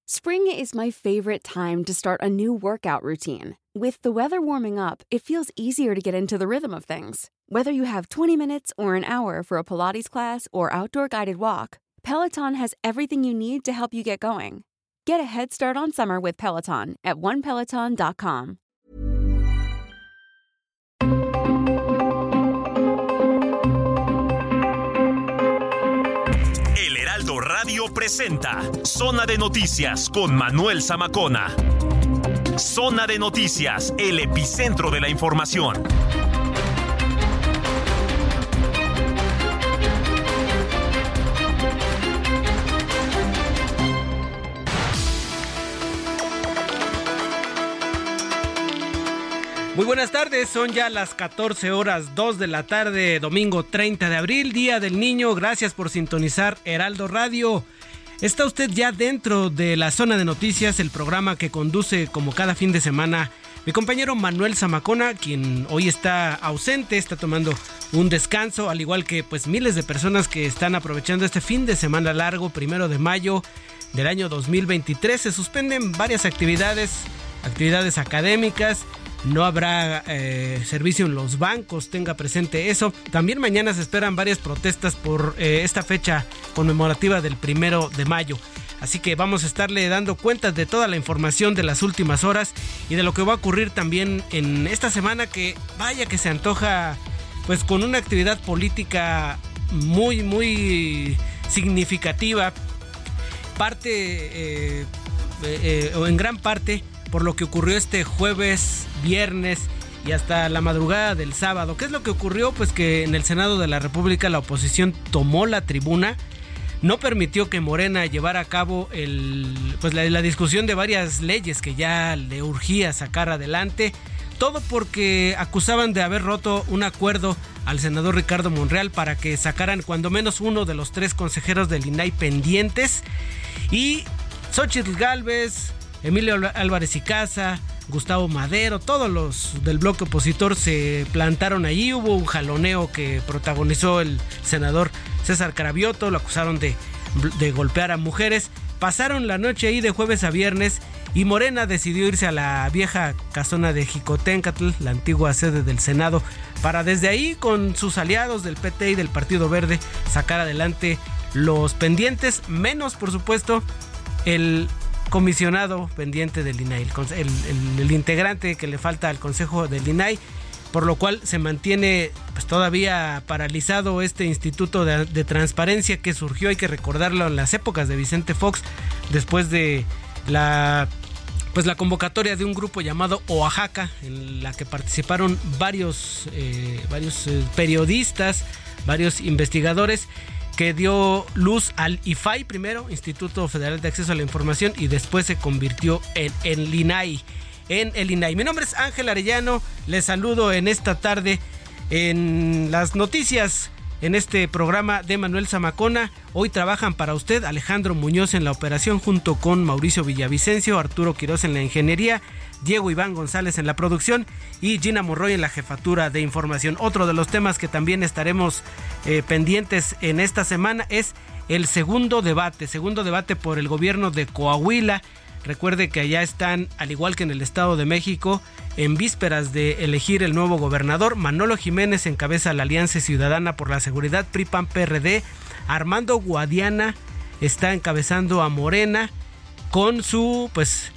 Spring is my favorite time to start a new workout routine. With the weather warming up, it feels easier to get into the rhythm of things. Whether you have 20 minutes or an hour for a Pilates class or outdoor guided walk, Peloton has everything you need to help you get going. Get a head start on summer with Peloton at onepeloton.com. El Heraldo Radio presenta Zona de Noticias con Manuel Zamacona. Zona de Noticias, el epicentro de la información. Muy buenas tardes, son ya las 14:02 de la tarde, domingo 30 de abril, Día del Niño. Gracias por sintonizar Heraldo Radio. Está usted ya dentro de la Zona de Noticias, el programa que conduce como cada fin de semana mi compañero Manuel Zamacona, quien hoy está ausente, está tomando un descanso, al igual que pues miles de personas que están aprovechando este fin de semana largo, 1 de mayo del año 2023. Se suspenden varias actividades académicas. No habrá servicio en los bancos, tenga presente eso. También mañana se esperan varias protestas por esta fecha conmemorativa del 1 de mayo. Así que vamos a estarle dando cuenta de toda la información de las últimas horas y de lo que va a ocurrir también en esta semana, que vaya que se antoja pues con una actividad política muy significativa. O en gran parte por lo que ocurrió este jueves, viernes y hasta la madrugada del sábado. ¿Qué es lo que ocurrió? Pues que en el Senado de la República la oposición tomó la tribuna, no permitió que Morena llevara a cabo la discusión de varias leyes que ya le urgía sacar adelante. Todo porque acusaban de haber roto un acuerdo al senador Ricardo Monreal para que sacaran cuando menos uno de los 3 consejeros del INAI pendientes. Y Xóchitl Gálvez, Emilio Álvarez y Casa, Gustavo Madero, todos los del bloque opositor se plantaron allí. Hubo un jaloneo que protagonizó el senador César Cravioto, lo acusaron de golpear a mujeres. Pasaron la noche ahí de jueves a viernes y Morena decidió irse a la vieja casona de Jicotencatl, la antigua sede del Senado, para desde ahí con sus aliados del PT y del Partido Verde sacar adelante los pendientes, menos por supuesto el comisionado pendiente del INAI, el integrante que le falta al consejo del INAI, por lo cual se mantiene pues todavía paralizado este instituto de transparencia que surgió, hay que recordarlo, en las épocas de Vicente Fox, después de la convocatoria de un grupo llamado Oaxaca, en la que participaron varios periodistas, varios investigadores, que dio luz al IFAI primero, Instituto Federal de Acceso a la Información, y después se convirtió en el INAI. Mi nombre es Ángel Arellano, les saludo en esta tarde en las noticias, en este programa de Manuel Zamacona. Hoy trabajan para usted Alejandro Muñoz en la operación, junto con Mauricio Villavicencio, Arturo Quirós en la ingeniería, Diego Iván González en la producción y Gina Monroy en la jefatura de información. Otro de los temas que también estaremos pendientes en esta semana es el segundo debate por el gobierno de Coahuila. Recuerde que allá están, al igual que en el Estado de México, en vísperas de elegir el nuevo gobernador. Manolo Jiménez encabeza la Alianza Ciudadana por la Seguridad, PRI-PAN-PRD. Armando Guadiana está encabezando a Morena con su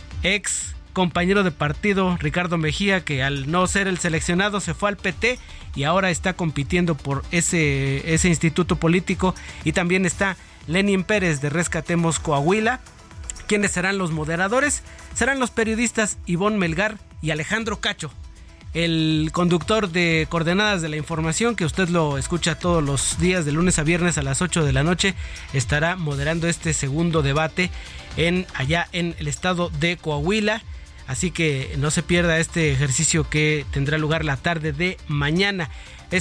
ex compañero de partido Ricardo Mejía, que al no ser el seleccionado se fue al PT y ahora está compitiendo por ese instituto político. Y también está Lenín Pérez de Rescatemos Coahuila. ¿Quiénes serán los moderadores? Serán los periodistas Ivonne Melgar y Alejandro Cacho, el conductor de Coordenadas de la Información, que usted lo escucha todos los días de lunes a viernes a las 8 de la noche, estará moderando este segundo debate allá en el estado de Coahuila. Así que no se pierda este ejercicio que tendrá lugar la tarde de mañana.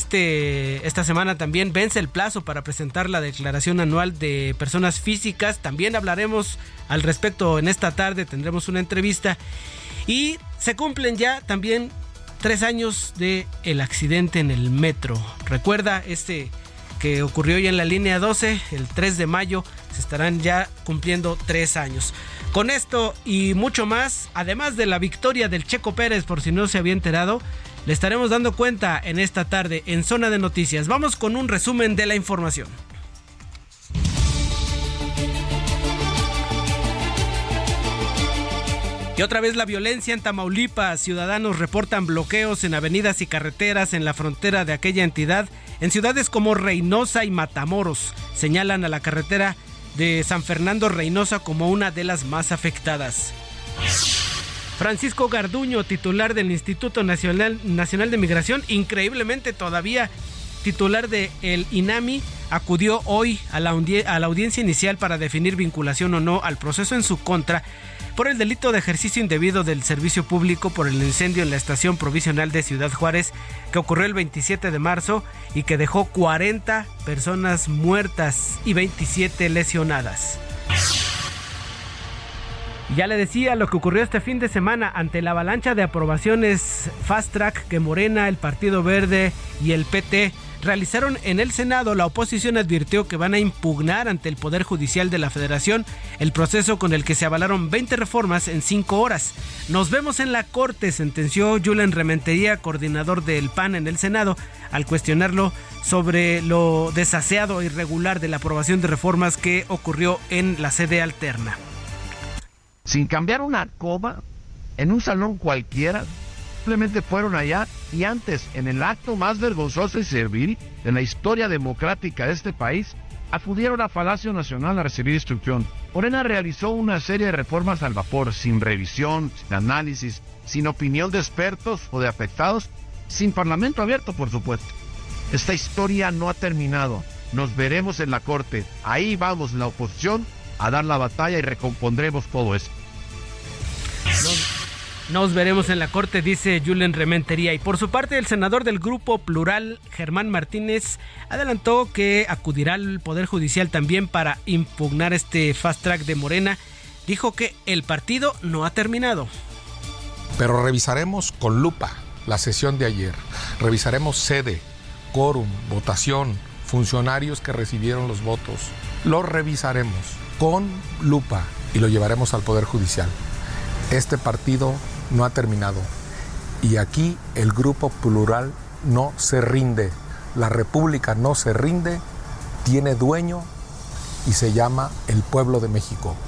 Esta semana también vence el plazo para presentar la declaración anual de personas físicas. También hablaremos al respecto en esta tarde, tendremos una entrevista. Y se cumplen ya también 3 años de el accidente en el metro. Recuerda este que ocurrió hoy en la línea 12, el 3 de mayo, se estarán ya cumpliendo 3 años. Con esto y mucho más, además de la victoria del Checo Pérez, por si no se había enterado, le estaremos dando cuenta en esta tarde en Zona de Noticias. Vamos con un resumen de la información. Y otra vez la violencia en Tamaulipas. Ciudadanos reportan bloqueos en avenidas y carreteras en la frontera de aquella entidad, en ciudades como Reynosa y Matamoros. Señalan a la carretera de San Fernando Reynosa como una de las más afectadas. Francisco Garduño, titular del Instituto Nacional de Migración, increíblemente todavía titular de el INAMI, acudió hoy a la audiencia inicial para definir vinculación o no al proceso en su contra por el delito de ejercicio indebido del servicio público por el incendio en la estación provisional de Ciudad Juárez que ocurrió el 27 de marzo y que dejó 40 personas muertas y 27 lesionadas. Ya le decía lo que ocurrió este fin de semana ante la avalancha de aprobaciones Fast Track que Morena, el Partido Verde y el PT realizaron en el Senado. La oposición advirtió que van a impugnar ante el Poder Judicial de la Federación el proceso con el que se avalaron 20 reformas en 5 horas. Nos vemos en la Corte, sentenció Julen Rementería, coordinador del PAN en el Senado, al cuestionarlo sobre lo desaseado e irregular de la aprobación de reformas que ocurrió en la sede alterna. Sin cambiar una coma, en un salón cualquiera, simplemente fueron allá y antes, en el acto más vergonzoso y servil de la historia democrática de este país, acudieron a Palacio Nacional a recibir instrucción. Morena realizó una serie de reformas al vapor, sin revisión, sin análisis, sin opinión de expertos o de afectados, sin parlamento abierto, por supuesto. Esta historia no ha terminado. Nos veremos en la Corte. Ahí vamos, la oposición, a dar la batalla y recompondremos todo eso. Nos veremos en la Corte, dice Julen Rementería. Y por su parte, el senador del Grupo Plural, Germán Martínez, adelantó que acudirá al Poder Judicial también para impugnar este fast track de Morena. Dijo que el partido no ha terminado. Pero revisaremos con lupa la sesión de ayer. Revisaremos sede, quórum, votación, funcionarios que recibieron los votos. Lo revisaremos con lupa y lo llevaremos al Poder Judicial. Este partido no ha terminado y aquí el Grupo Plural no se rinde. La República no se rinde, tiene dueño y se llama el pueblo de México.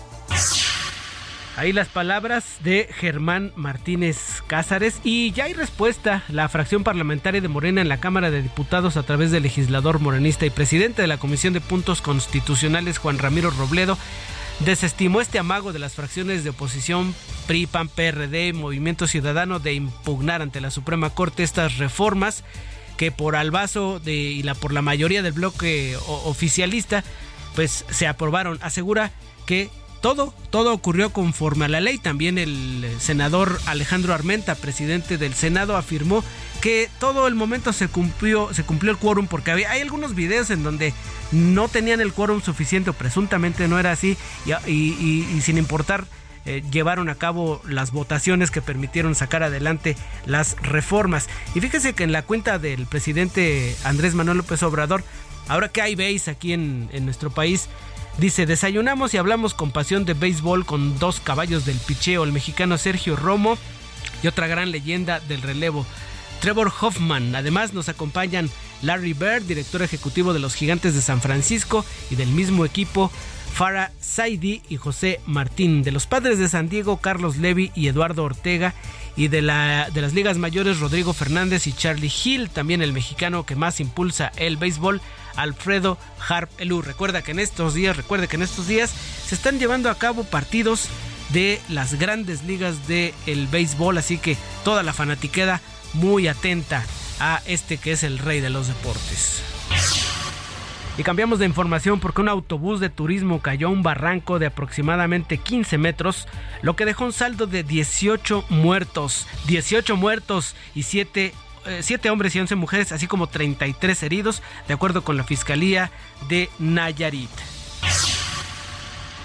Ahí las palabras de Germán Martínez Cázares. Y ya hay respuesta. La fracción parlamentaria de Morena en la Cámara de Diputados, a través del legislador morenista y presidente de la Comisión de Puntos Constitucionales, Juan Ramiro Robledo, desestimó este amago de las fracciones de oposición PRI, PAN, PRD, Movimiento Ciudadano de impugnar ante la Suprema Corte estas reformas que por albazo por la mayoría del bloque oficialista pues se aprobaron. Asegura que todo ocurrió conforme a la ley. También el senador Alejandro Armenta, presidente del Senado, afirmó que todo el momento se cumplió el quórum, porque hay algunos videos en donde no tenían el quórum suficiente, o presuntamente no era así, y sin importar llevaron a cabo las votaciones que permitieron sacar adelante las reformas. Y fíjese que en la cuenta del presidente Andrés Manuel López Obrador, ahora que hay béis aquí en nuestro país, dice: desayunamos y hablamos con pasión de béisbol con 2 caballos del picheo, el mexicano Sergio Romo y otra gran leyenda del relevo, Trevor Hoffman. Además nos acompañan Larry Bird, director ejecutivo de los Gigantes de San Francisco, y del mismo equipo Farah Saidi y José Martín. De los Padres de San Diego, Carlos Levy y Eduardo Ortega. Y de las ligas mayores, Rodrigo Fernández y Charlie Hill. También el mexicano que más impulsa el béisbol, Alfredo Harp Elú. Recuerde que en estos días se están llevando a cabo partidos de las grandes ligas del béisbol, así que toda la fanatiquada muy atenta a este que es el rey de los deportes. Y cambiamos de información porque un autobús de turismo cayó a un barranco de aproximadamente 15 metros, lo que dejó un saldo de 18 muertos y 7 hombres y 11 mujeres, así como 33 heridos, de acuerdo con la Fiscalía de Nayarit.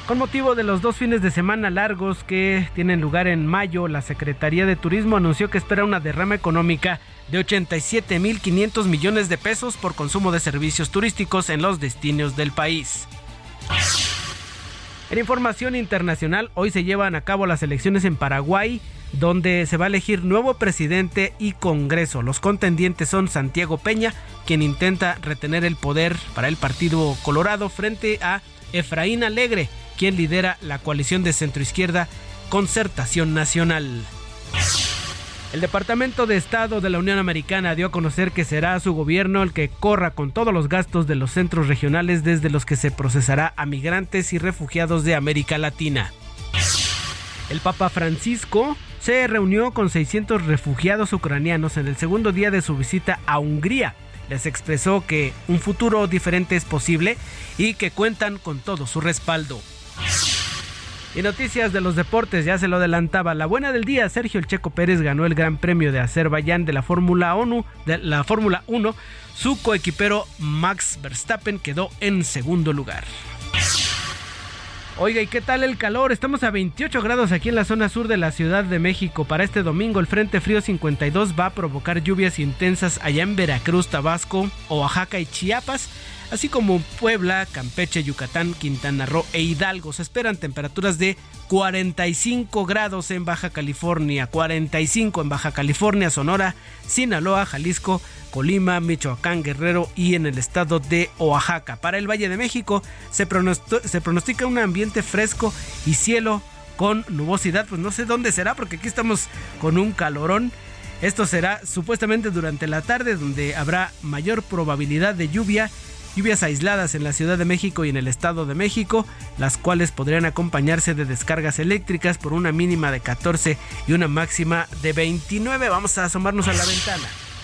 Con motivo de los 2 fines de semana largos que tienen lugar en mayo, la Secretaría de Turismo anunció que espera una derrama económica de 87.500 millones de pesos por consumo de servicios turísticos en los destinos del país. En información internacional, hoy se llevan a cabo las elecciones en Paraguay, donde se va a elegir nuevo presidente y Congreso. Los contendientes son Santiago Peña, quien intenta retener el poder para el Partido Colorado, frente a Efraín Alegre, quien lidera la coalición de centroizquierda Concertación Nacional. El Departamento de Estado de la Unión Americana dio a conocer que será su gobierno el que corra con todos los gastos de los centros regionales desde los que se procesará a migrantes y refugiados de América Latina. El Papa Francisco se reunió con 600 refugiados ucranianos en el segundo día de su visita a Hungría. Les expresó que un futuro diferente es posible y que cuentan con todo su respaldo. Y noticias de los deportes, ya se lo adelantaba. La buena del día, Sergio El Checo Pérez ganó el Gran Premio de Azerbaiyán de la Fórmula 1. Su coequipero Max Verstappen quedó en segundo lugar. Oiga, ¿y qué tal el calor? Estamos a 28 grados aquí en la zona sur de la Ciudad de México. Para este domingo el Frente Frío 52 va a provocar lluvias intensas allá en Veracruz, Tabasco, Oaxaca y Chiapas, así como Puebla, Campeche, Yucatán, Quintana Roo e Hidalgo. Se esperan temperaturas de 45 grados en Baja California, 45 en Baja California, Sonora, Sinaloa, Jalisco, Colima, Michoacán, Guerrero y en el estado de Oaxaca. Para el Valle de México se pronostica un ambiente fresco y cielo con nubosidad. Pues no sé dónde será, porque aquí estamos con un calorón. Esto será supuestamente durante la tarde, donde habrá mayor probabilidad de lluvias aisladas en la Ciudad de México y en el Estado de México, las cuales podrían acompañarse de descargas eléctricas por una mínima de 14 y una máxima de 29. Vamos a asomarnos a la ventana.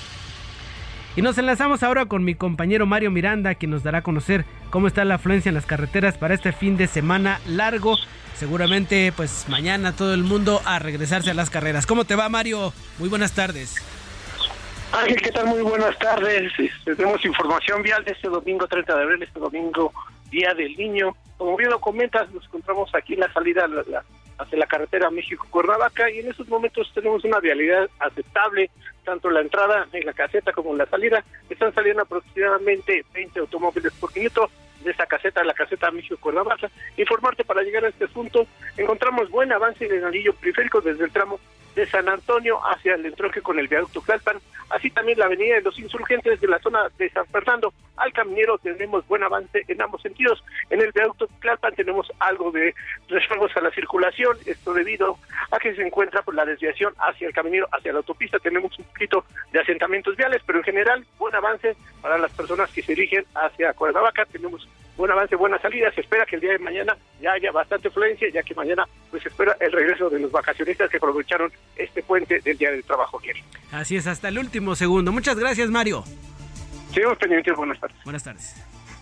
Y nos enlazamos ahora con mi compañero Mario Miranda, quien nos dará a conocer cómo está la afluencia en las carreteras para este fin de semana largo. Seguramente, pues mañana todo el mundo a regresarse a las carreras. ¿Cómo te va, Mario? Muy buenas tardes. Ángel, ¿qué tal? Muy buenas tardes. Tenemos información vial de este domingo 30 de abril, este domingo Día del Niño. Como bien lo comentas, nos encontramos aquí en la salida hacia la carretera México-Cuernavaca, y en estos momentos tenemos una vialidad aceptable, tanto la entrada en la caseta como en la salida. Están saliendo aproximadamente 20 automóviles por minuto de esta caseta a la caseta México-Cuernavaca. Informarte, para llegar a este punto encontramos buen avance en el anillo periférico desde el tramo de San Antonio hacia el entronque con el viaducto Tlalpan, así también la avenida de los Insurgentes de la zona de San Fernando al Caminero. Tenemos buen avance en ambos sentidos. En el viaducto Tlalpan tenemos algo de rezagos a la circulación, esto debido a que se encuentra por la desviación hacia el Caminero, hacia la autopista. Tenemos un poquito de asentamientos viales, pero en general buen avance para las personas que se dirigen hacia Cuernavaca. Tenemos buen avance, buena salida. Se espera que el día de mañana ya haya bastante afluencia, ya que mañana pues se espera el regreso de los vacacionistas que aprovecharon este puente del Día del Trabajo ayer. Así es, hasta el último segundo. Muchas gracias, Mario. Seguimos pendientes, buenas tardes. Buenas tardes.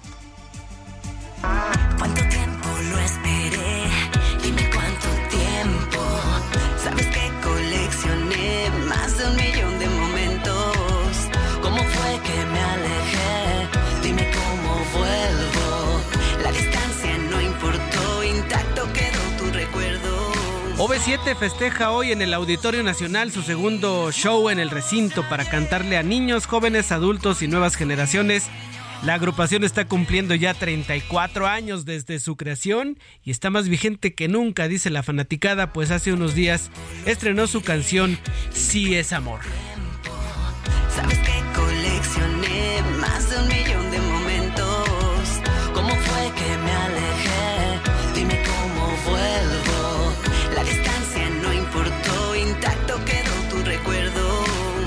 ¿Cuánto tiempo lo esperé? Dime cuánto tiempo. Sabes que coleccioné más de 1 millón de momentos. ¿Cómo fue que me alejé? Dime cómo vuelvo. La distancia no importó, intacto quedó tu recuerdo. OV7 festeja hoy en el Auditorio Nacional su segundo show en el recinto para cantarle a niños, jóvenes, adultos y nuevas generaciones. La agrupación está cumpliendo ya 34 años desde su creación y está más vigente que nunca, dice la fanaticada, pues hace unos días estrenó su canción Sí es Amor. Sabes que coleccioné más de 1 millón de momentos. ¿Cómo fue que me alejé? Dime cómo vuelvo. La distancia no importó, intacto quedó tu recuerdo.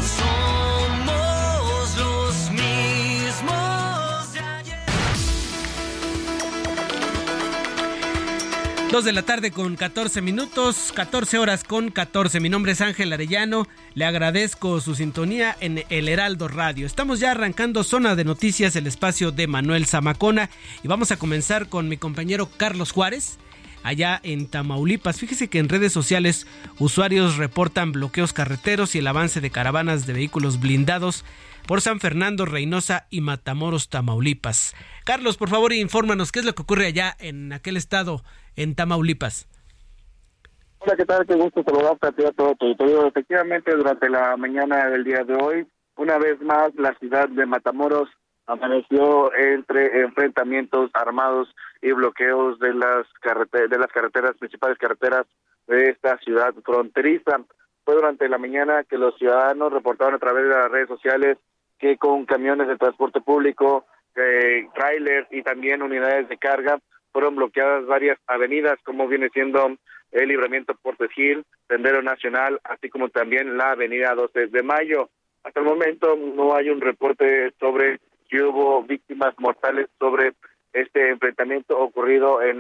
Somos los mismos de ayer. 2 de la tarde con 14 minutos, 14 horas con 14. Mi nombre es Ángel Arellano. Le agradezco su sintonía en El Heraldo Radio. Estamos ya arrancando Zona de Noticias, el espacio de Manuel Zamacona. Y vamos a comenzar con mi compañero Carlos Juárez, allá en Tamaulipas. Fíjese que en redes sociales usuarios reportan bloqueos carreteros y el avance de caravanas de vehículos blindados por San Fernando, Reynosa y Matamoros, Tamaulipas. Carlos, por favor, infórmanos qué es lo que ocurre allá en aquel estado, en Tamaulipas. Hola, ¿qué tal? Qué gusto saludarte a ti, a todo tu auditorio. Efectivamente, durante la mañana del día de hoy, una vez más, la ciudad de Matamoros amaneció entre enfrentamientos armados y bloqueos de las carreteras, principales carreteras de esta ciudad fronteriza. Fue durante la mañana que los ciudadanos reportaron a través de las redes sociales que con camiones de transporte público, trailers y también unidades de carga fueron bloqueadas varias avenidas, como viene siendo el Libramiento Portes Gil, Sendero Nacional, así como también la avenida 12 de Mayo. Hasta el momento no hay un reporte sobre si hubo víctimas mortales sobre este enfrentamiento ocurrido en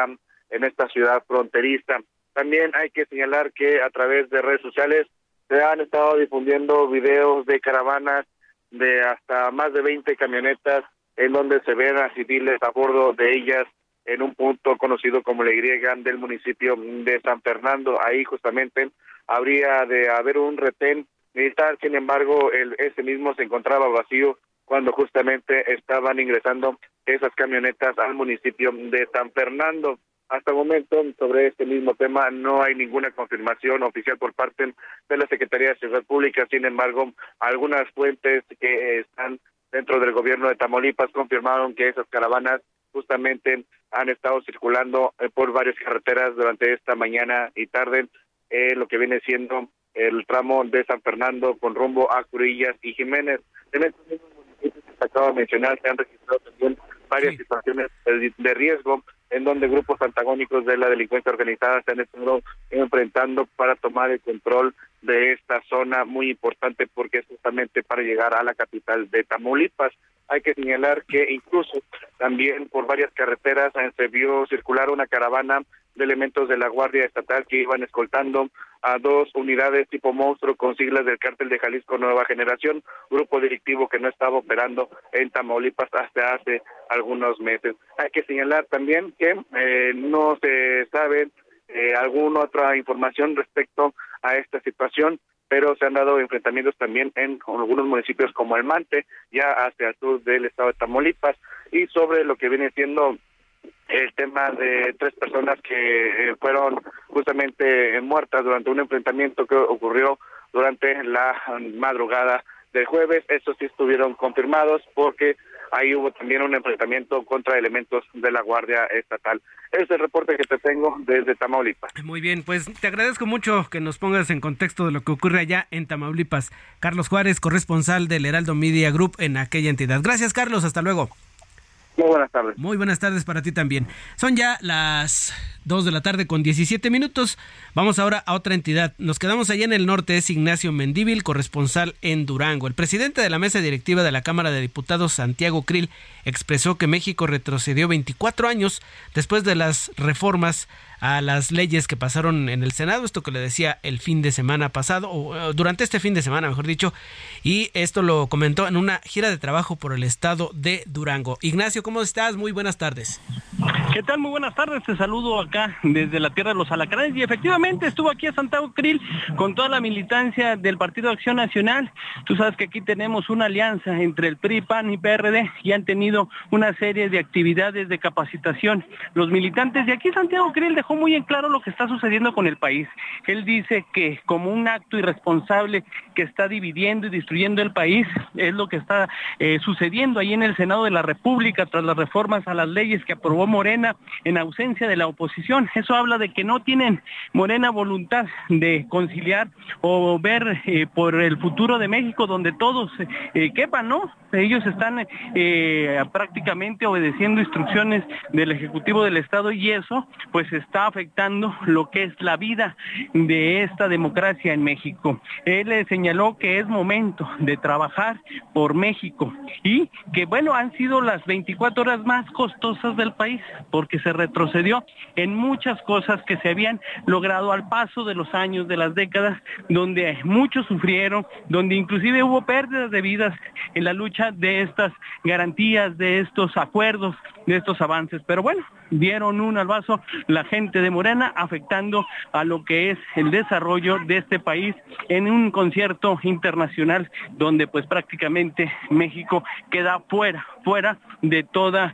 esta ciudad fronteriza. También hay que señalar que a través de redes sociales se han estado difundiendo videos de caravanas de hasta más de 20 camionetas en donde se ven a civiles a bordo de ellas en un punto conocido como la Y del municipio de San Fernando. Ahí justamente habría de haber un retén militar, sin embargo, ese mismo se encontraba vacío cuando justamente estaban ingresando esas camionetas al municipio de San Fernando. Hasta el momento, sobre este mismo tema, no hay ninguna confirmación oficial por parte de la Secretaría de Seguridad Pública. Sin embargo, algunas fuentes que están dentro del gobierno de Tamaulipas confirmaron que esas caravanas justamente han estado circulando por varias carreteras durante esta mañana y tarde, lo que viene siendo el tramo de San Fernando con rumbo a Curillas y Jiménez. En estos mismos municipios que acabo de mencionar se han registrado también varias situaciones de riesgo en donde grupos antagónicos de la delincuencia organizada se han estado enfrentando para tomar el control de esta zona muy importante porque es justamente para llegar a la capital de Tamaulipas. Hay que señalar que incluso también por varias carreteras se vio circular una caravana de elementos de la Guardia Estatal que iban escoltando a 2 unidades tipo monstruo con siglas del Cártel de Jalisco Nueva Generación, grupo delictivo que no estaba operando en Tamaulipas hasta hace algunos meses. Hay que señalar también que no se sabe alguna otra información respecto a esta situación, pero se han dado enfrentamientos también en algunos municipios como El Mante, ya hacia el sur del estado de Tamaulipas, y sobre lo que viene siendo el tema de 3 personas que fueron justamente muertas durante un enfrentamiento que ocurrió durante la madrugada del jueves. Estos sí estuvieron confirmados porque ahí hubo también un enfrentamiento contra elementos de la Guardia Estatal. Ese es el reporte que te tengo desde Tamaulipas. Muy bien, pues te agradezco mucho que nos pongas en contexto de lo que ocurre allá en Tamaulipas. Carlos Juárez, corresponsal del Heraldo Media Group en aquella entidad. Gracias, Carlos, hasta luego. Muy buenas tardes. Muy buenas tardes para ti también. Son ya las 2 de la tarde con 17 minutos. Vamos ahora a otra entidad. Nos quedamos allá en el norte. Es Ignacio Mendívil, corresponsal en Durango. El presidente de la mesa directiva de la Cámara de Diputados, Santiago Krill, expresó que México retrocedió 24 años después de las reformas a las leyes que pasaron en el Senado, esto que le decía el fin de semana pasado, o durante este fin de semana, mejor dicho, y esto lo comentó en una gira de trabajo por el estado de Durango. Ignacio, ¿cómo estás? Muy buenas tardes. ¿Qué tal? Muy buenas tardes, te saludo acá desde la tierra de los alacranes, y efectivamente estuvo aquí a Santiago Krill con toda la militancia del Partido Acción Nacional. Tú sabes que aquí tenemos una alianza entre el PRI, PAN y PRD, y han tenido una serie de actividades de capacitación los militantes, y aquí Santiago Krill dejó muy en claro lo que está sucediendo con el país. Él dice que como un acto irresponsable que está dividiendo y destruyendo el país, es lo que está sucediendo ahí en el Senado de la República tras las reformas a las leyes que aprobó Morena en ausencia de la oposición. Eso habla de que no tienen Morena voluntad de conciliar o ver por el futuro de México donde todos quepan, ¿no? Ellos están prácticamente obedeciendo instrucciones del Ejecutivo del Estado, y eso pues está afectando lo que es la vida de esta democracia en México. Él señaló que es momento de trabajar por México y que bueno, han sido las 24 horas más costosas del país porque se retrocedió en muchas cosas que se habían logrado al paso de los años, de las décadas, donde muchos sufrieron, donde inclusive hubo pérdidas de vidas en la lucha de estas garantías, de estos acuerdos, de estos avances. Pero bueno, dieron un albazo la gente de Morena, afectando a lo que es el desarrollo de este país en un concierto internacional donde pues prácticamente México queda fuera de toda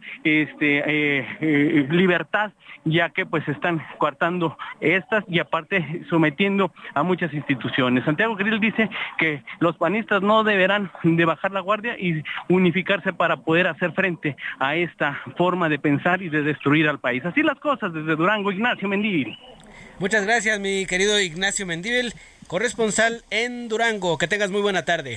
libertad, ya que pues están coartando estas y aparte sometiendo a muchas instituciones. Santiago Krill dice que los panistas no deberán de bajar la guardia y unificarse para poder hacer frente a esta forma de pensar y de destruir al país. Así las cosas desde Durango, Ignacio Mendívil. Muchas gracias, mi querido Ignacio Mendívil, corresponsal en Durango. Que tengas muy buena tarde.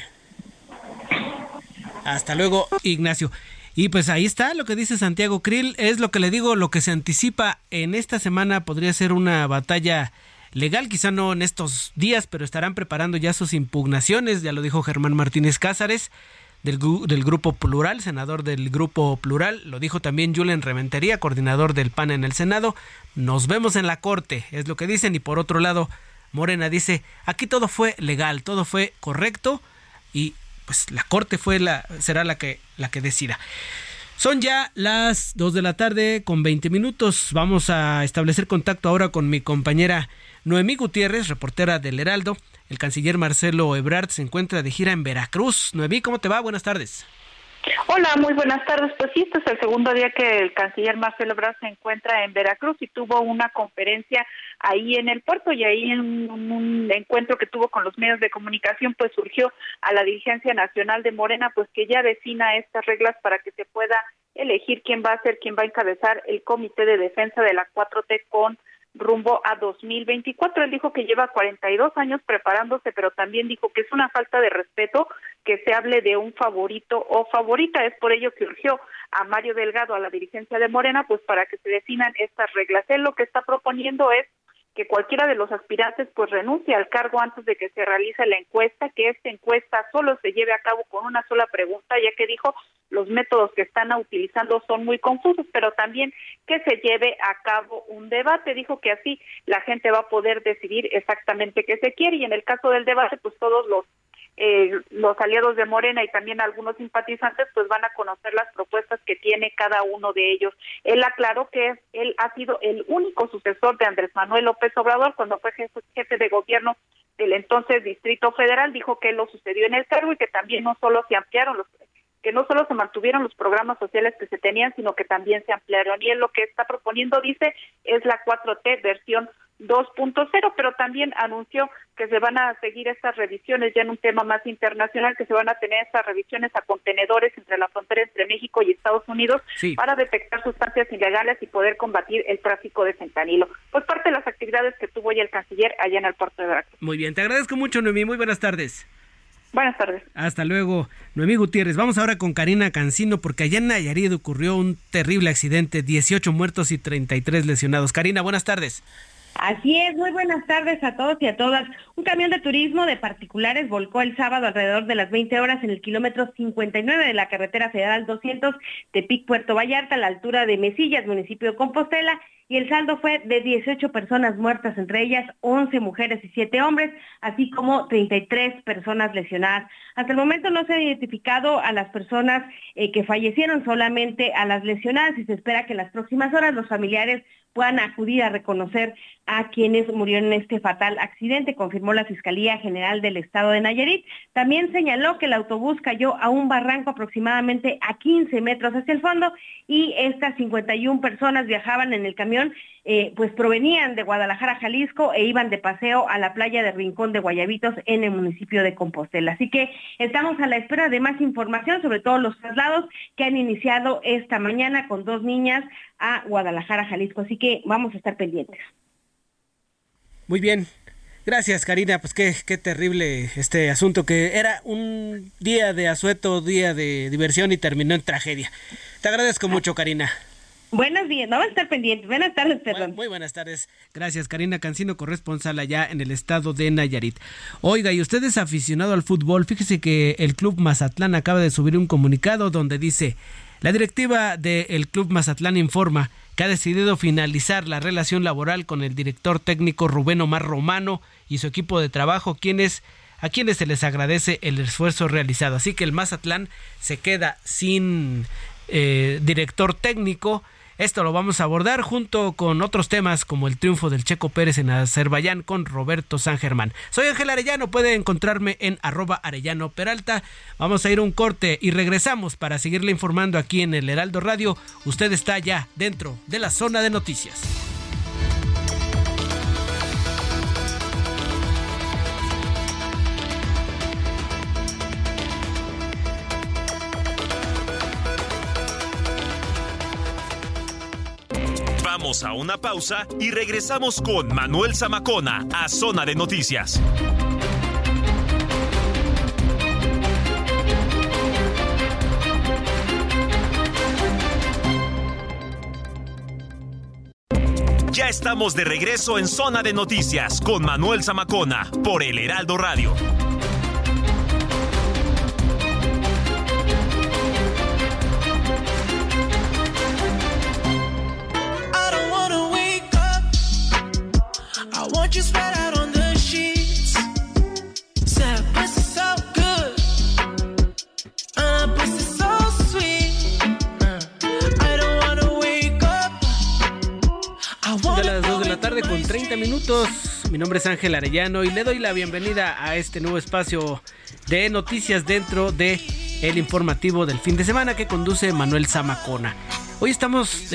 Hasta luego, Ignacio. Y pues ahí está lo que dice Santiago Krill, es lo que le digo, lo que se anticipa en esta semana podría ser una batalla legal, quizá no en estos días, pero estarán preparando ya sus impugnaciones, ya lo dijo Germán Martínez Cázares, del Grupo Plural, senador del Grupo Plural, lo dijo también Julen Rementería, coordinador del PAN en el Senado. Nos vemos en la Corte, es lo que dicen, y por otro lado, Morena dice, aquí todo fue legal, todo fue correcto, y pues la Corte será la que decida. Son ya las 2 de la tarde con 20 minutos. Vamos a establecer contacto ahora con mi compañera Noemí Gutiérrez, reportera del Heraldo. El canciller Marcelo Ebrard se encuentra de gira en Veracruz. Noemí, ¿cómo te va? Buenas tardes. Hola, muy buenas tardes. Pues sí, este es el segundo día que el canciller Marcelo Ebrard se encuentra en Veracruz y tuvo una conferencia ahí en el puerto, y ahí en un encuentro que tuvo con los medios de comunicación, pues surgió a la dirigencia nacional de Morena, pues que ya defina estas reglas para que se pueda elegir quién va a encabezar el Comité de Defensa de la 4T con rumbo a 2024. Él dijo que lleva 42 años preparándose, pero también dijo que es una falta de respeto que se hable de un favorito o favorita. Es por ello que urgió a Mario Delgado, a la dirigencia de Morena, pues para que se definan estas reglas. Él lo que está proponiendo es que cualquiera de los aspirantes pues renuncie al cargo antes de que se realice la encuesta, que esta encuesta solo se lleve a cabo con una sola pregunta, ya que dijo los métodos que están utilizando son muy confusos, pero también que se lleve a cabo un debate. Dijo que así la gente va a poder decidir exactamente qué se quiere, y en el caso del debate pues todos los aliados de Morena y también algunos simpatizantes pues van a conocer las propuestas que tiene cada uno de ellos. Él aclaró que él ha sido el único sucesor de Andrés Manuel López Obrador cuando fue jefe de gobierno del entonces Distrito Federal. Dijo que él lo sucedió en el cargo y que también no solo se mantuvieron los programas sociales que se tenían, sino que también se ampliaron. Y él lo que está proponiendo, dice, es la 4T versión 2.0, pero también anunció que se van a seguir estas revisiones ya en un tema más internacional, que se van a tener estas revisiones a contenedores entre la frontera entre México y Estados Unidos para detectar sustancias ilegales y poder combatir el tráfico de fentanilo. Pues parte de las actividades que tuvo ya el canciller allá en el puerto de Veracruz. Muy bien, te agradezco mucho, Noemí, muy buenas tardes. Buenas tardes. Hasta luego, Noemí Gutiérrez. Vamos ahora con Karina Cancino, porque allá en Nayarit ocurrió un terrible accidente, 18 muertos y 33 lesionados. Karina, buenas tardes. Así es, muy buenas tardes a todos y a todas. Un camión de turismo de particulares volcó el sábado alrededor de las 20 horas en el kilómetro 59 de la carretera federal 200 Tepic-Puerto Vallarta, a la altura de Mesillas, municipio de Compostela, y el saldo fue de 18 personas muertas, entre ellas 11 mujeres y 7 hombres, así como 33 personas lesionadas. Hasta el momento no se ha identificado a las personas que fallecieron, solamente a las lesionadas, y se espera que en las próximas horas los familiares puedan acudir a reconocer a quienes murieron en este fatal accidente, confirmó la Fiscalía General del Estado de Nayarit. También señaló que el autobús cayó a un barranco aproximadamente a 15 metros hacia el fondo, y estas 51 personas viajaban en el camión, pues provenían de Guadalajara, Jalisco, e iban de paseo a la playa de Rincón de Guayabitos en el municipio de Compostela. Así que estamos a la espera de más información, sobre todo los traslados que han iniciado esta mañana con 2 niñas a Guadalajara, Jalisco. Así que vamos a estar pendientes. Muy bien. Gracias, Karina. Pues qué terrible este asunto, que era un día de asueto, día de diversión, y terminó en tragedia. Te agradezco mucho, Karina. Buenos días, vamos a estar pendientes. Buenas tardes, perdón. Muy buenas tardes. Gracias, Karina Cancino, corresponsal allá en el estado de Nayarit. Oiga, y usted es aficionado al fútbol, fíjese que el Club Mazatlán acaba de subir un comunicado donde dice: la directiva del Club Mazatlán informa que ha decidido finalizar la relación laboral con el director técnico Rubén Omar Romano y su equipo de trabajo, a quienes se les agradece el esfuerzo realizado. Así que el Mazatlán se queda sin director técnico. Esto lo vamos a abordar junto con otros temas como el triunfo del Checo Pérez en Azerbaiyán con Roberto San Germán. Soy Ángel Arellano, puede encontrarme en @ArellanoPeralta. Vamos a ir a un corte y regresamos para seguirle informando aquí en el Heraldo Radio. Usted está ya dentro de la zona de noticias. Vamos a una pausa y regresamos con Manuel Zamacona a Zona de Noticias. Ya estamos de regreso en Zona de Noticias con Manuel Zamacona por el Heraldo Radio. You spread out on the sheets. Said pussy so good. Pussy so sweet. I don't wanna wake up. De las 2 de la tarde con 30 minutos. Mi nombre es Ángel Arellano y le doy la bienvenida a este nuevo espacio de noticias dentro de el informativo del fin de semana que conduce Manuel Zamacona. Hoy estamos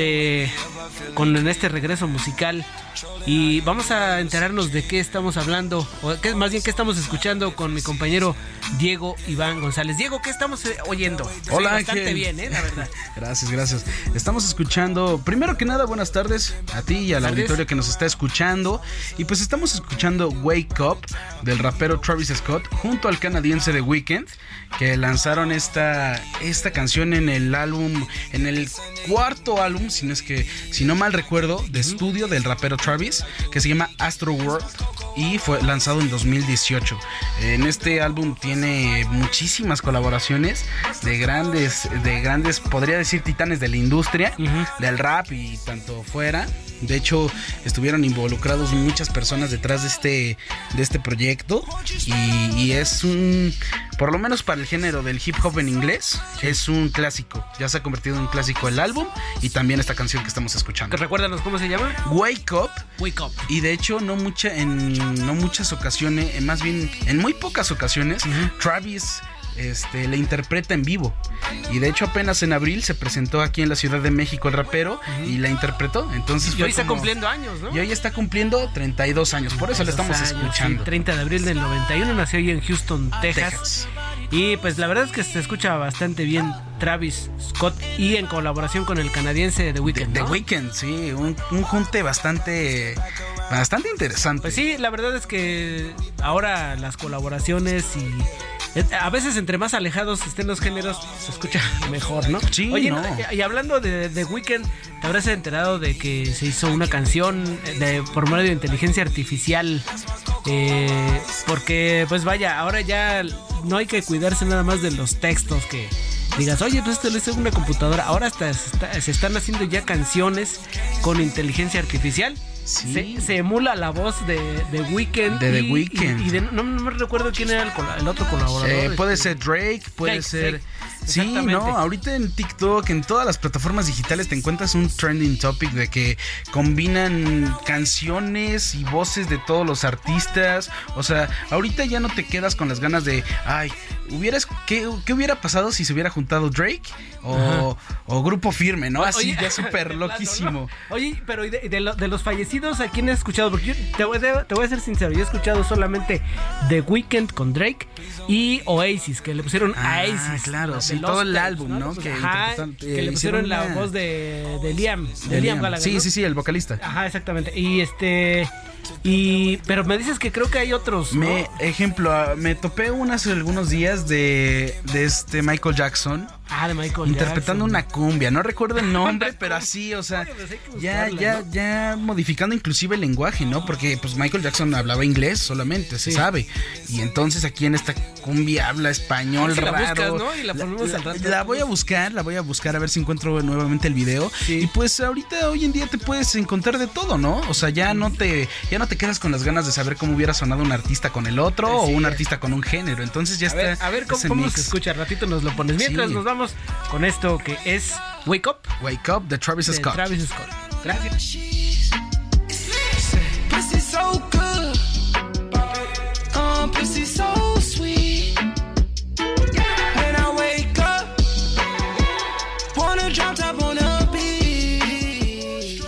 en este regreso musical y vamos a enterarnos de qué estamos hablando, o más bien qué estamos escuchando con mi compañero Diego Iván González. Diego, ¿qué estamos oyendo? Hola, bastante Ángel. Bien, la verdad. Gracias. Estamos escuchando, primero que nada, buenas tardes a ti y al auditorio que nos está escuchando. Y pues estamos escuchando Wake Up del rapero Travis Scott junto al canadiense The Weeknd, que lanzaron esta canción en el álbum, en el cuarto álbum, si no mal recuerdo, de estudio del rapero Travis, que se llama Astro World y fue lanzado en 2018. En este álbum tiene muchísimas colaboraciones de grandes, podría decir, titanes de la industria, del rap y tanto fuera. De hecho, estuvieron involucrados muchas personas detrás de este proyecto y es por lo menos para el género del hip hop en inglés, es un clásico. Ya se ha convertido en un clásico el álbum y también esta canción que estamos escuchando. Recuérdanos cómo se llama. Wake Up. Wake Up. Y de hecho, no muchas ocasiones, más bien en muy pocas ocasiones, Travis le interpreta en vivo. Y de hecho apenas en abril se presentó aquí en la Ciudad de México el rapero y la interpretó. Entonces y hoy está cumpliendo años, ¿no? Y hoy está cumpliendo 32 años, por eso le estamos escuchando. Sí, 30 de abril del 91, nació ahí en Houston, Texas. Y pues la verdad es que se escucha bastante bien Travis Scott y en colaboración con el canadiense The Weeknd, ¿no? The Weeknd, sí, un junte bastante interesante. Pues sí, la verdad es que ahora las colaboraciones y a veces entre más alejados estén los géneros se escucha mejor, ¿no? Sí. Oye, y hablando de The Weeknd, te habrás enterado de que se hizo una canción por medio de inteligencia artificial, porque pues vaya, ahora ya no hay que cuidarse nada más de los textos que digas, oye, pues esto lo hizo una computadora. Ahora hasta se están haciendo ya canciones con inteligencia artificial. Sí. Se emula la voz de The Weeknd. De The Weeknd. Y no me recuerdo quién era el otro colaborador. Puede ser Drake, puede ser... Sí, no, ahorita en TikTok, en todas las plataformas digitales te encuentras un trending topic de que combinan canciones y voces de todos los artistas. O sea, ahorita ya no te quedas con las ganas de, ¿qué hubiera pasado si se hubiera juntado Drake o Grupo Firme, ¿no? Así, ya súper loquísimo. No. Oye, pero de los fallecidos, ¿a quién has escuchado? Porque yo te voy a ser sincero, yo he escuchado solamente The Weeknd con Drake y Oasis, que le pusieron a Oasis. Claro, sí, todo el álbum, ¿no? Que le pusieron la voz de Liam Gallagher, sí, ¿no? sí, el vocalista. Ajá, exactamente. Pero me dices que creo que hay otros, ¿no? Ejemplo, me topé hace algunos días de Michael Jackson. De Michael interpretando Jackson. una cumbia, no recuerdo el nombre, pero así, o sea, ya modificando inclusive el lenguaje, ¿no? Porque pues Michael Jackson hablaba inglés solamente, se sabe. Y entonces aquí en esta cumbia habla español raro. La buscas, ¿no? Y la ponemos al rato. La voy a buscar a ver si encuentro nuevamente el video. Sí. Y pues hoy en día te puedes encontrar de todo, ¿no? O sea, ya no te quedas con las ganas de saber cómo hubiera sonado un artista con el otro o un artista con un género. Entonces ya está. A ver cómo se escucha, ratito nos lo pones. Mientras nos vamos con esto que es Wake Up. Wake Up de Travis Scott. Travis Scott. Gracias. Pussy so good, pussy so sweet. When I wake up, wanna drop top on a beat.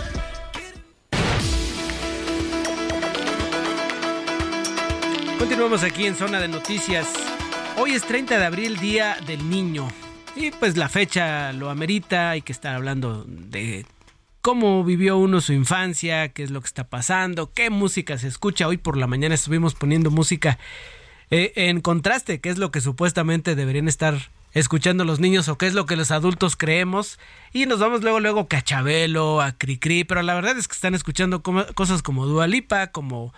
Continuamos aquí en Zona de Noticias. Hoy es 30 de abril, Día del Niño. Y pues la fecha lo amerita, hay que estar hablando de cómo vivió uno su infancia, qué es lo que está pasando, qué música se escucha. Hoy por la mañana estuvimos poniendo música en contraste, qué es lo que supuestamente deberían estar escuchando los niños o qué es lo que los adultos creemos. Y nos vamos luego que a Chabelo, a Cricri, pero la verdad es que están escuchando cosas como Dua Lipa, como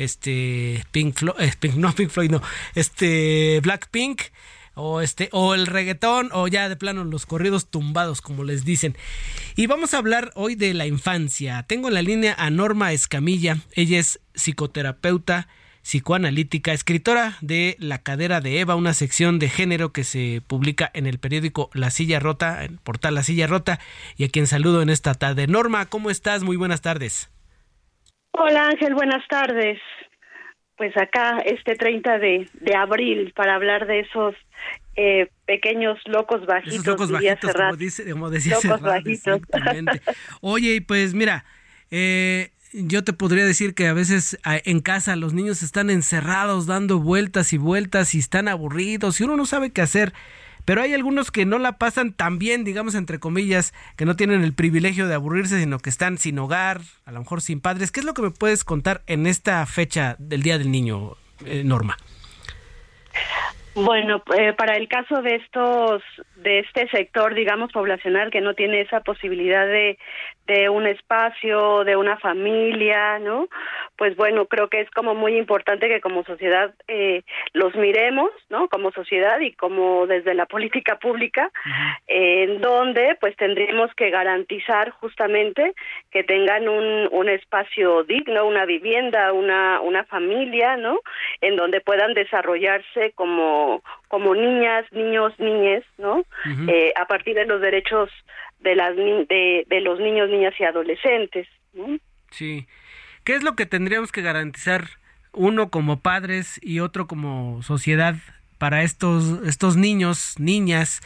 Blackpink, o el reggaetón, o ya de plano los corridos tumbados, como les dicen. Y vamos a hablar hoy de la infancia. Tengo en la línea a Norma Escamilla. Ella es psicoterapeuta, psicoanalítica, escritora de La Cadera de Eva, una sección de género que se publica en el periódico La Silla Rota, en el portal La Silla Rota, y a quien saludo en esta tarde. Norma, ¿cómo estás? Muy buenas tardes. Hola Ángel, buenas tardes. Pues acá 30 de abril para hablar de esos pequeños locos bajitos. Esos locos bajitos, como decía locos Serrat, bajitos. exactamente. Oye, pues mira, yo te podría decir que a veces en casa los niños están encerrados dando vueltas y vueltas y están aburridos y uno no sabe qué hacer. Pero hay algunos que no la pasan tan bien, digamos, entre comillas, que no tienen el privilegio de aburrirse, sino que están sin hogar, a lo mejor sin padres. ¿Qué es lo que me puedes contar en esta fecha del Día del Niño, Norma? Bueno, para el caso de este sector, digamos, poblacional que no tiene esa posibilidad de un espacio, de una familia, ¿no? Pues bueno, creo que es como muy importante que como sociedad los miremos, ¿no? Como sociedad y como desde la política pública, en donde pues tendríamos que garantizar justamente que tengan un espacio digno, una vivienda, una familia, ¿no? En donde puedan desarrollarse como niñas, niños, niñes, ¿no? A partir de los derechos de los niños, niñas y adolescentes, ¿no? Sí. ¿Qué es lo que tendríamos que garantizar uno como padres y otro como sociedad para estos niños, niñas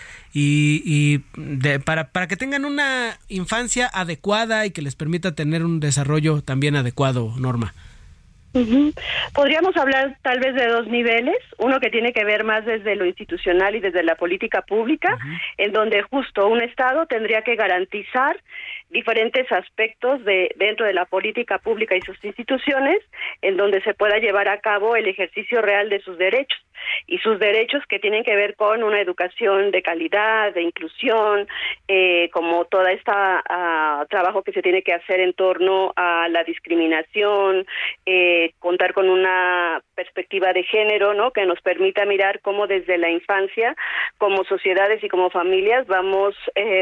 para que tengan una infancia adecuada y que les permita tener un desarrollo también adecuado, Norma? Podríamos hablar tal vez de dos niveles, uno que tiene que ver más desde lo institucional y desde la política pública, en donde justo un Estado tendría que garantizar diferentes aspectos dentro de la política pública y sus instituciones, en donde se pueda llevar a cabo el ejercicio real de sus derechos, y sus derechos que tienen que ver con una educación de calidad, de inclusión, como toda esta trabajo que se tiene que hacer en torno a la discriminación, contar con una perspectiva de género, ¿no? Que nos permita mirar cómo desde la infancia, como sociedades y como familias, vamos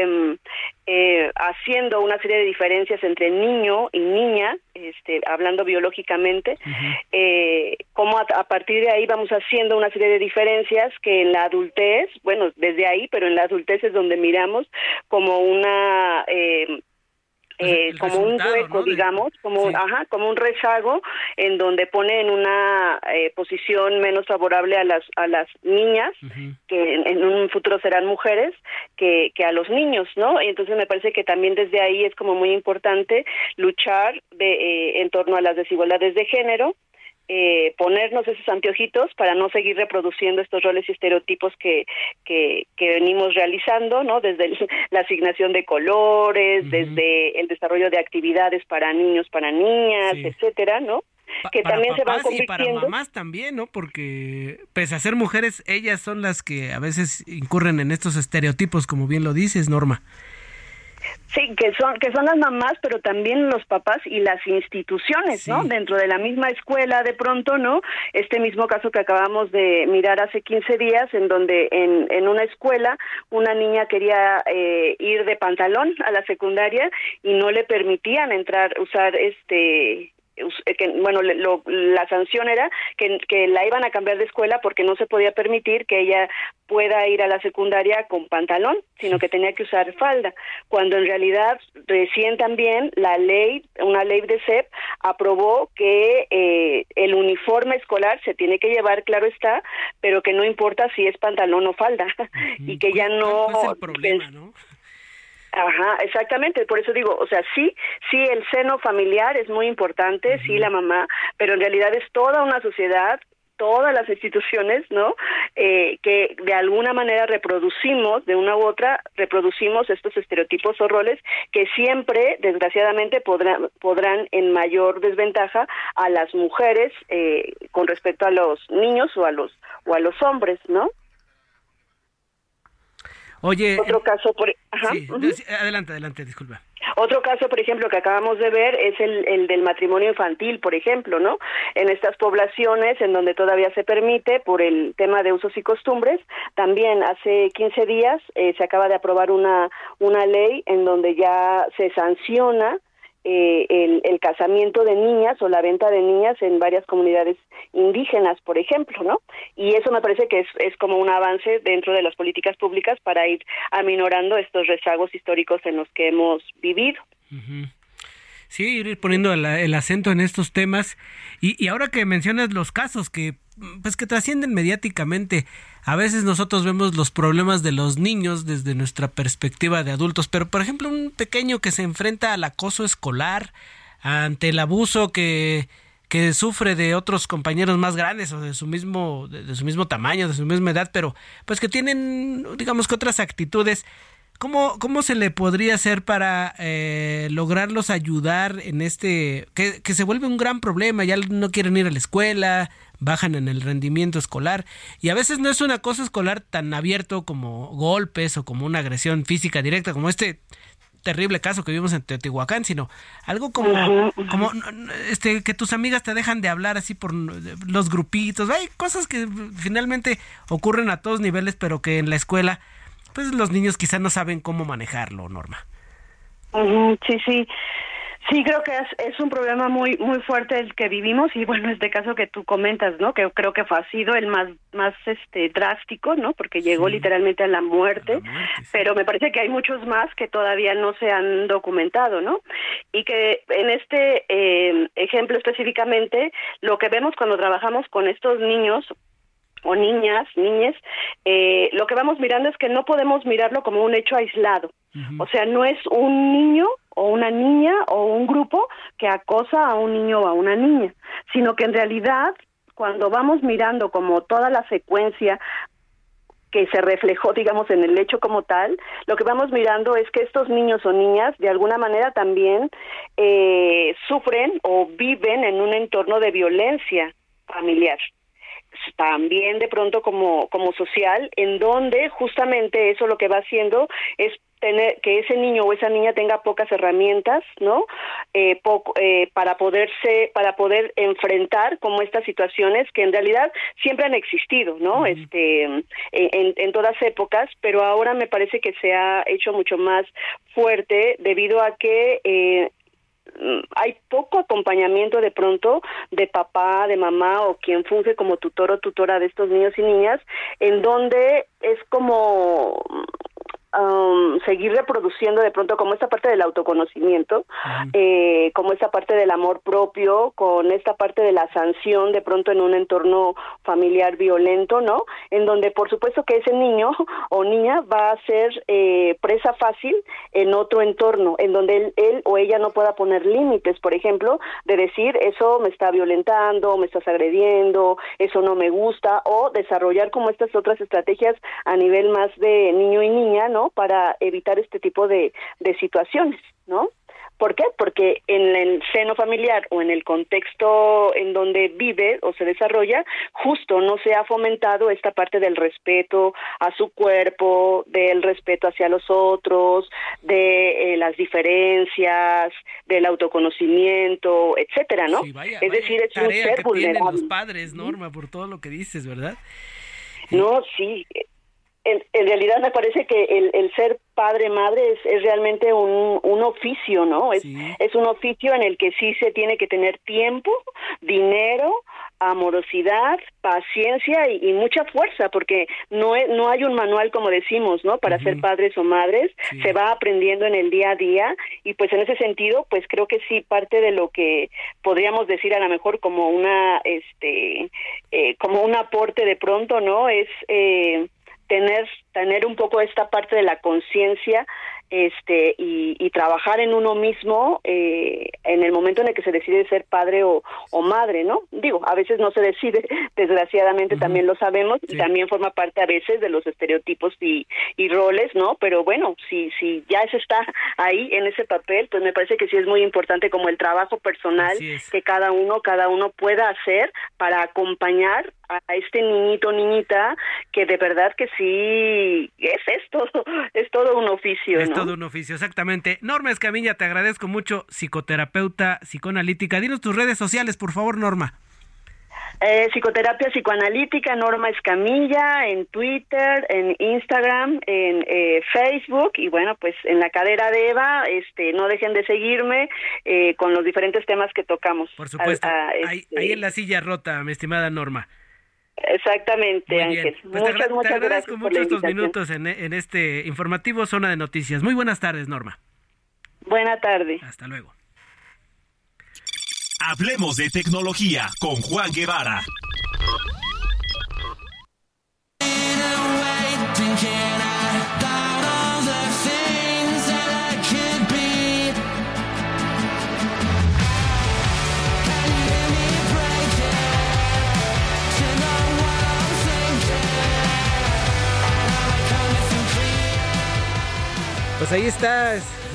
haciendo una serie de diferencias entre niño y niña, hablando biológicamente, cómo a partir de ahí vamos haciendo una serie de diferencias que en la adultez, bueno, desde ahí, pero en la adultez es donde miramos como una como un hueco, ¿no? Digamos, como un rezago en donde pone en una posición menos favorable a las niñas, que en un futuro serán mujeres, que a los niños, ¿no? Y entonces me parece que también desde ahí es como muy importante luchar en torno a las desigualdades de género, ponernos esos anteojitos para no seguir reproduciendo estos roles y estereotipos que venimos realizando, ¿no? Desde la asignación de colores, desde el desarrollo de actividades para niños, para niñas, etcétera, ¿no? Que para también se van papás convirtiendo. Y para mamás también, ¿no? Porque pese a ser mujeres, ellas son las que a veces incurren en estos estereotipos, como bien lo dices, Norma. Sí, que son las mamás, pero también los papás y las instituciones, ¿no? Dentro de la misma escuela, de pronto, ¿no? Este mismo caso que acabamos de mirar hace 15 días, en donde en una escuela una niña quería ir de pantalón a la secundaria y no le permitían usar la sanción era que la iban a cambiar de escuela porque no se podía permitir que ella pueda ir a la secundaria con pantalón, sino que tenía que usar falda, cuando en realidad recién también una ley de SEP aprobó que el uniforme escolar se tiene que llevar, claro está, pero que no importa si es pantalón o falda, y que ya no... ¿Cuál es el problema, no? Ajá, exactamente, por eso digo, o sea, sí, el seno familiar es muy importante, sí, la mamá, pero en realidad es toda una sociedad, todas las instituciones, ¿no? Que de alguna manera de una u otra, reproducimos estos estereotipos o roles que siempre, desgraciadamente, podrán en mayor desventaja a las mujeres con respecto a los niños o a los hombres, ¿no? Oye, otro caso adelante, disculpa. Otro caso, por ejemplo, que acabamos de ver es el del matrimonio infantil, por ejemplo, ¿no? En estas poblaciones en donde todavía se permite por el tema de usos y costumbres, también hace 15 días se acaba de aprobar una ley en donde ya se sanciona el casamiento de niñas o la venta de niñas en varias comunidades indígenas, por ejemplo, ¿no? Y eso me parece que es como un avance dentro de las políticas públicas para ir aminorando estos rezagos históricos en los que hemos vivido. Uh-huh. Sí, ir poniendo el acento en estos temas. Y ahora que mencionas los casos que trascienden mediáticamente, a veces nosotros vemos los problemas de los niños desde nuestra perspectiva de adultos, pero por ejemplo un pequeño que se enfrenta al acoso escolar, ante el abuso que sufre de otros compañeros más grandes o de su mismo tamaño, de su misma edad, pero pues que tienen, digamos que otras actitudes. ¿Cómo se le podría hacer para lograrlos ayudar en que se vuelve un gran problema? Ya no quieren ir a la escuela, bajan en el rendimiento escolar, y a veces no es un acoso escolar tan abierto como golpes o como una agresión física directa, como este terrible caso que vimos en Teotihuacán, sino algo como que tus amigas te dejan de hablar así por los grupitos. Hay cosas que finalmente ocurren a todos niveles, pero que en la escuela pues los niños quizás no saben cómo manejarlo, Norma. Sí, creo que es un problema muy muy fuerte el que vivimos, y bueno, este caso que tú comentas, ¿no? Que creo que ha sido el más drástico, ¿no? Porque llegó literalmente a la muerte, pero me parece que hay muchos más que todavía no se han documentado, ¿no? Y que en este ejemplo específicamente, lo que vemos cuando trabajamos con estos niños o niñes, lo que vamos mirando es que no podemos mirarlo como un hecho aislado. Uh-huh. O sea, no es un niño o una niña o un grupo que acosa a un niño o a una niña, sino que en realidad cuando vamos mirando como toda la secuencia que se reflejó, digamos, en el hecho como tal, lo que vamos mirando es que estos niños o niñas de alguna manera también sufren o viven en un entorno de violencia familiar, también de pronto como social, en donde justamente eso lo que va haciendo es tener que ese niño o esa niña tenga pocas herramientas, ¿no? Para poder enfrentar como estas situaciones que en realidad siempre han existido, ¿no? Uh-huh. En todas épocas, pero ahora me parece que se ha hecho mucho más fuerte debido a que hay poco acompañamiento de pronto de papá, de mamá o quien funge como tutor o tutora de estos niños y niñas, en donde es como seguir reproduciendo de pronto como esta parte del autoconocimiento, como esta parte del amor propio, con esta parte de la sanción de pronto en un entorno familiar violento, ¿no? En donde por supuesto que ese niño o niña va a ser presa fácil en otro entorno, en donde él o ella no pueda poner límites, por ejemplo, de decir eso me está violentando, me estás agrediendo, eso no me gusta, o desarrollar como estas otras estrategias a nivel más de niño y niña, ¿no? Para evitar este tipo de situaciones, ¿no? ¿Por qué? Porque en el seno familiar o en el contexto en donde vive o se desarrolla, justo no se ha fomentado esta parte del respeto a su cuerpo, del respeto hacia los otros, de las diferencias, del autoconocimiento, etcétera, ¿no? Sí, vaya, es decir, es un ser que vulnerable. Tienen los padres, Norma, por todo lo que dices, ¿verdad? No, sí. En realidad me parece que el ser padre-madre es realmente un oficio, ¿no? Es un oficio en el que sí se tiene que tener tiempo, dinero, amorosidad, paciencia y mucha fuerza, porque no hay un manual, como decimos, ¿no? Para ser padres o madres, se va aprendiendo en el día a día, y pues en ese sentido, pues creo que sí, parte de lo que podríamos decir a lo mejor como como un aporte de pronto, ¿no? Es tener un poco esta parte de la conciencia, y trabajar en uno mismo en el momento en el que se decide ser padre o madre, ¿no? Digo, a veces no se decide, desgraciadamente también lo sabemos, y también forma parte a veces de los estereotipos y roles, ¿no? Pero bueno, si ya se está ahí en ese papel, pues me parece que sí es muy importante como el trabajo personal que cada uno pueda hacer para acompañar a este niñito, niñita, que de verdad que sí es todo un oficio, ¿no? Todo un oficio, exactamente. Norma Escamilla, te agradezco mucho, psicoterapeuta, psicoanalítica. Dinos tus redes sociales, por favor, Norma. Psicoterapia psicoanalítica, Norma Escamilla, en Twitter, en Instagram, en Facebook, y bueno, pues en la cadera de Eva, no dejen de seguirme con los diferentes temas que tocamos. Por supuesto, ahí en la silla rota, mi estimada Norma. Exactamente, Ángel. Pues te agradezco mucho estos minutos en este informativo Zona de Noticias. Muy buenas tardes, Norma. Buena tarde. Hasta luego. Hablemos de tecnología con Juan Guevara. Pues ahí está,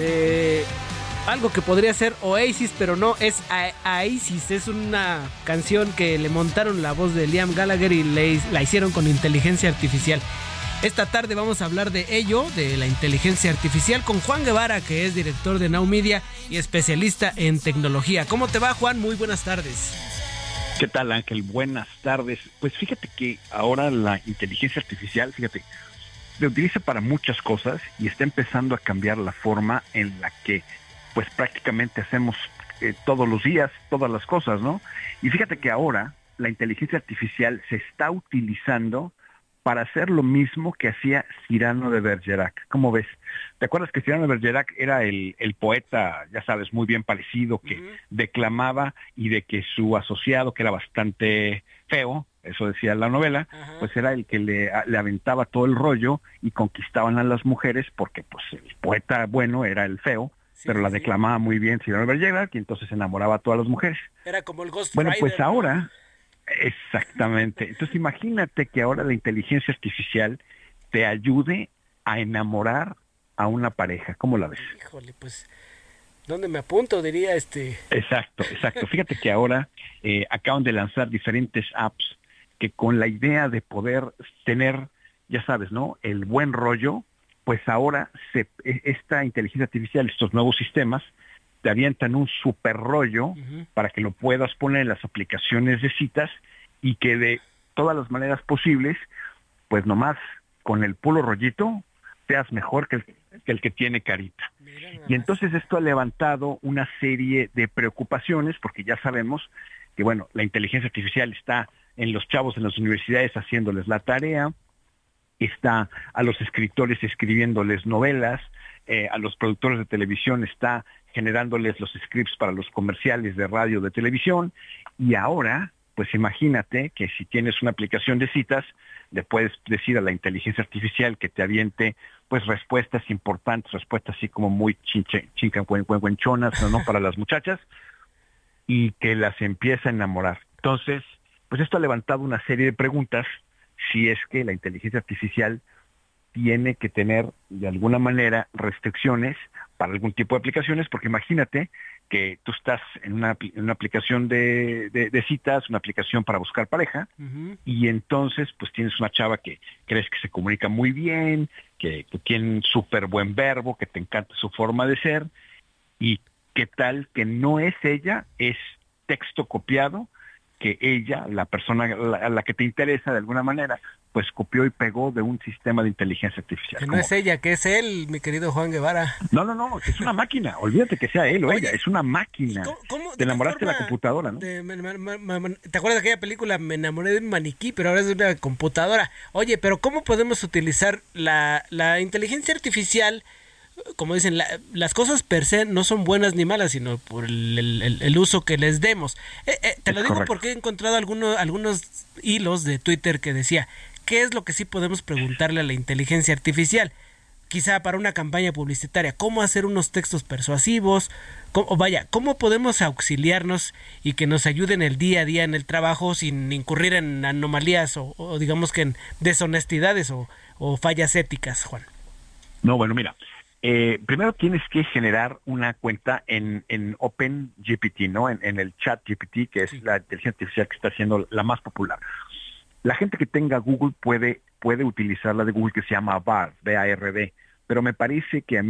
algo que podría ser Oasis, pero no, es Oasis. Es una canción que le montaron la voz de Liam Gallagher y la hicieron con inteligencia artificial. Esta tarde vamos a hablar de ello, de la inteligencia artificial, con Juan Guevara, que es director de Now Media y especialista en tecnología. ¿Cómo te va, Juan? Muy buenas tardes. ¿Qué tal, Ángel? Buenas tardes. Pues fíjate que ahora la inteligencia artificial, se utiliza para muchas cosas y está empezando a cambiar la forma en la que pues prácticamente hacemos todos los días todas las cosas, ¿no? Y fíjate que ahora la inteligencia artificial se está utilizando para hacer lo mismo que hacía Cyrano de Bergerac. ¿Cómo ves? ¿Te acuerdas que Cyrano de Bergerac era el poeta, ya sabes, muy bien parecido, que declamaba, y de que su asociado, que era bastante feo, eso decía la novela, pues era el que le aventaba todo el rollo y conquistaban a las mujeres, porque pues el poeta bueno era el feo, pero la declamaba muy bien Cyrano de Bergerac, y entonces enamoraba a todas las mujeres. Era como el Ghost Bueno, Rider, pues ahora, exactamente. Entonces imagínate que ahora la inteligencia artificial te ayude a enamorar a una pareja. ¿Cómo la ves? Híjole, pues, ¿dónde me apunto? Diría Exacto. Fíjate que ahora acaban de lanzar diferentes apps que con la idea de poder tener, ya sabes, ¿no?, el buen rollo, pues ahora esta inteligencia artificial, estos nuevos sistemas, te avientan un super rollo para que lo puedas poner en las aplicaciones de citas, y que de todas las maneras posibles, pues nomás con el puro rollito, seas mejor que el que tiene carita. Y entonces esto ha levantado una serie de preocupaciones, porque ya sabemos que, bueno, la inteligencia artificial está en los chavos en las universidades haciéndoles la tarea, está a los escritores escribiéndoles novelas, a los productores de televisión está generándoles los scripts para los comerciales de radio, de televisión, y ahora, pues imagínate que si tienes una aplicación de citas, le puedes decir a la inteligencia artificial que te aviente pues respuestas importantes, respuestas así como muy chincancuenchonas, ¿no?, para las muchachas, y que las empieza a enamorar. Entonces, pues esto ha levantado una serie de preguntas, si es que la inteligencia artificial tiene que tener de alguna manera restricciones para algún tipo de aplicaciones, porque imagínate que tú estás en una aplicación de citas, una aplicación para buscar pareja, y entonces pues tienes una chava que crees que se comunica muy bien, que tiene un súper buen verbo, que te encanta su forma de ser, y qué tal que no es ella, es texto copiado, que ella, la persona a la que te interesa de alguna manera, pues copió y pegó de un sistema de inteligencia artificial. Que no es ella, que es él, mi querido Juan Guevara. No, es una máquina. Olvídate que sea él o ella, es una máquina. Te enamoraste de la computadora, ¿no? ¿Te acuerdas de aquella película Me enamoré de un maniquí, pero ahora es de una computadora? Oye, pero ¿cómo podemos utilizar la inteligencia artificial? Como dicen, las cosas per se no son buenas ni malas, sino por el uso que les demos. Te lo digo correcto, porque he encontrado algunos hilos de Twitter que decía, ¿qué es lo que sí podemos preguntarle a la inteligencia artificial? Quizá para una campaña publicitaria, ¿cómo hacer unos textos persuasivos? ¿Cómo podemos auxiliarnos y que nos ayuden el día a día en el trabajo sin incurrir en anomalías o digamos que en deshonestidades o fallas éticas, Juan? No, bueno, mira. Primero tienes que generar una cuenta en OpenGPT, ¿no? En el ChatGPT, que es la inteligencia artificial que está siendo la más popular. La gente que tenga Google puede utilizar la de Google que se llama Bard, B-A-R-D, pero me parece que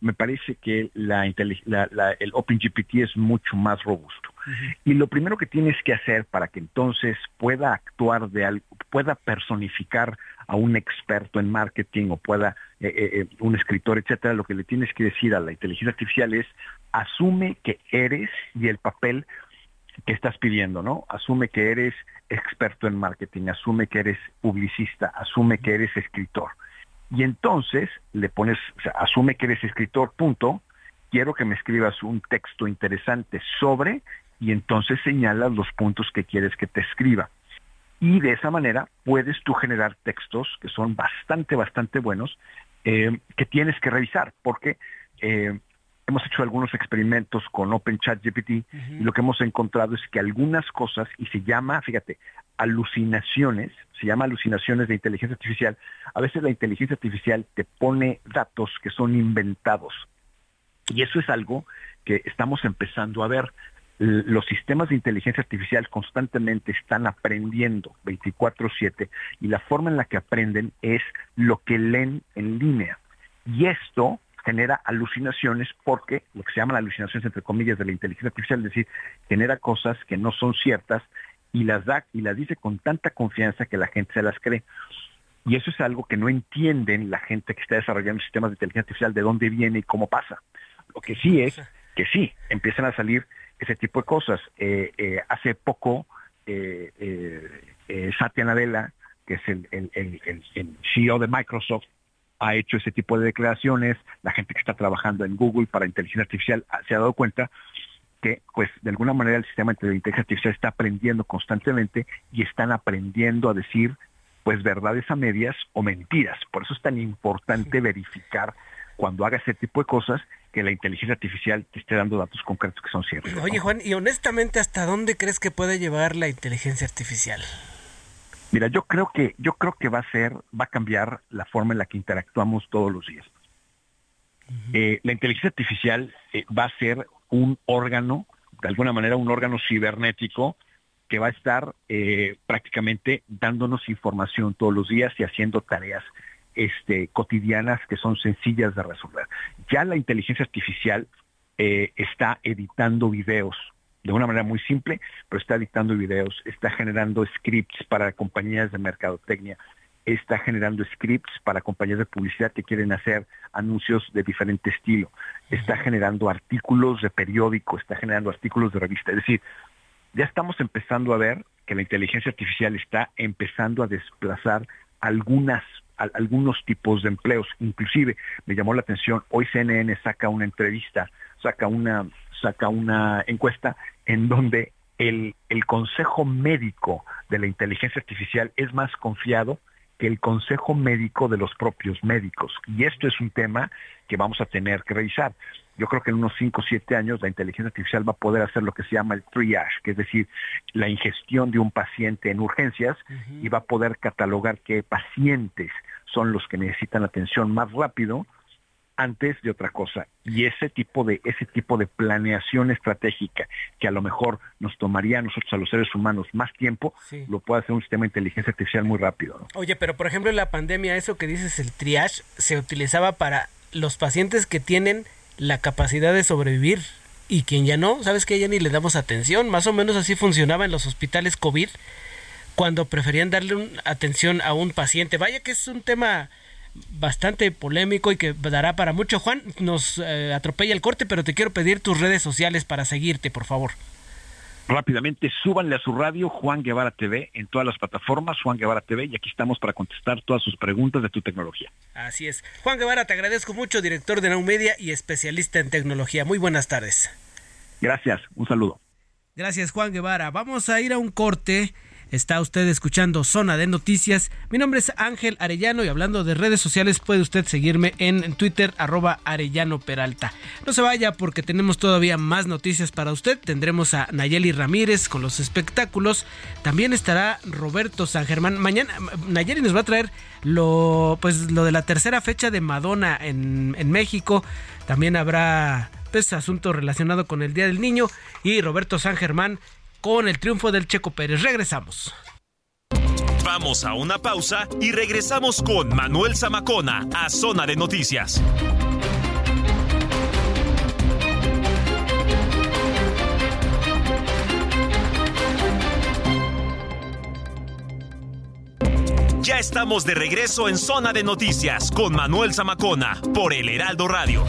el OpenGPT es mucho más robusto. Uh-huh. Y lo primero que tienes que hacer para que entonces pueda actuar pueda personificar a un experto en marketing o pueda un escritor, etcétera, lo que le tienes que decir a la inteligencia artificial es asume que eres y el papel que estás pidiendo, ¿no? Asume que eres experto en marketing, asume que eres publicista, asume que eres escritor. Y entonces le pones, asume que eres escritor, punto, quiero que me escribas un texto interesante sobre, y entonces señalas los puntos que quieres que te escriba. Y de esa manera puedes tú generar textos que son bastante buenos, que tienes que revisar, porque hemos hecho algunos experimentos con OpenChatGPT uh-huh. y lo que hemos encontrado es que algunas cosas, y se llama alucinaciones de inteligencia artificial, a veces la inteligencia artificial te pone datos que son inventados. Y eso es algo que estamos empezando a ver. Los sistemas de inteligencia artificial constantemente están aprendiendo 24/7 y la forma en la que aprenden es lo que leen en línea. Y esto genera alucinaciones porque, lo que se llaman alucinaciones entre comillas de la inteligencia artificial, es decir, genera cosas que no son ciertas y las dice con tanta confianza que la gente se las cree. Y eso es algo que no entienden la gente que está desarrollando sistemas de inteligencia artificial, de dónde viene y cómo pasa. Lo que sí es que sí, empiezan a salir ese tipo de cosas. Hace poco, Satya Nadella, que es el CEO de Microsoft, ha hecho ese tipo de declaraciones. La gente que está trabajando en Google para inteligencia artificial se ha dado cuenta que, pues, de alguna manera el sistema de inteligencia artificial está aprendiendo constantemente y están aprendiendo a decir, pues, verdades a medias o mentiras. Por eso es tan importante verificar cuando haga ese tipo de cosas que la inteligencia artificial te esté dando datos concretos que son ciertos. Oye, Juan, y honestamente, ¿hasta dónde crees que puede llevar la inteligencia artificial? Mira, yo creo que va a cambiar la forma en la que interactuamos todos los días. Uh-huh. La inteligencia artificial va a ser un órgano, de alguna manera un órgano cibernético que va a estar prácticamente dándonos información todos los días y haciendo tareas cotidianas que son sencillas de resolver. Ya la inteligencia artificial está editando videos de una manera muy simple, pero está editando videos, está generando scripts para compañías de mercadotecnia, está generando scripts para compañías de publicidad que quieren hacer anuncios de diferente estilo, está generando artículos de periódico, está generando artículos de revista. Es decir, ya estamos empezando a ver que la inteligencia artificial está empezando a desplazar algunos tipos de empleos. Inclusive me llamó la atención, hoy CNN saca una entrevista, saca una encuesta en donde el consejo médico de la inteligencia artificial es más confiado que el consejo médico de los propios médicos. Y esto es un tema que vamos a tener que revisar. Yo creo que en unos 5 o 7 años la inteligencia artificial va a poder hacer lo que se llama el triage, que es decir, la ingestión de un paciente en urgencias, uh-huh. y va a poder catalogar qué pacientes son los que necesitan atención más rápido antes de otra cosa. Y ese tipo de planeación estratégica que a lo mejor nos tomaría a nosotros, a los seres humanos, más tiempo, sí, lo puede hacer un sistema de inteligencia artificial muy rápido, ¿no? Oye, pero por ejemplo en la pandemia, eso que dices, el triage, se utilizaba para los pacientes que tienen la capacidad de sobrevivir y quien ya no, ¿sabes qué? Ya ni le damos atención. Más o menos así funcionaba en los hospitales COVID, cuando preferían darle atención a un paciente. Vaya que es un tema bastante polémico y que dará para mucho. Juan, nos atropella el corte, pero te quiero pedir tus redes sociales para seguirte, por favor. Rápidamente, súbanle a su radio Juan Guevara TV en todas las plataformas, Juan Guevara TV, y aquí estamos para contestar todas sus preguntas de tu tecnología. Así es. Juan Guevara, te agradezco mucho, director de Now Media y especialista en tecnología. Muy buenas tardes. Gracias, un saludo. Gracias, Juan Guevara. Vamos a ir a un corte. Está usted escuchando Zona de Noticias. Mi nombre es Ángel Arellano y hablando de redes sociales puede usted seguirme en Twitter, @ArellanoPeralta. No se vaya porque tenemos todavía más noticias para usted. Tendremos a Nayeli Ramírez con los espectáculos. También estará Roberto San Germán. Mañana Nayeli nos va a traer lo de la tercera fecha de Madonna en México. También habrá asunto relacionado con el Día del Niño y Roberto San Germán con el triunfo del Checo Pérez. Regresamos. Vamos a una pausa y regresamos con Manuel Zamacona a Zona de Noticias. Ya estamos de regreso en Zona de Noticias con Manuel Zamacona por El Heraldo Radio.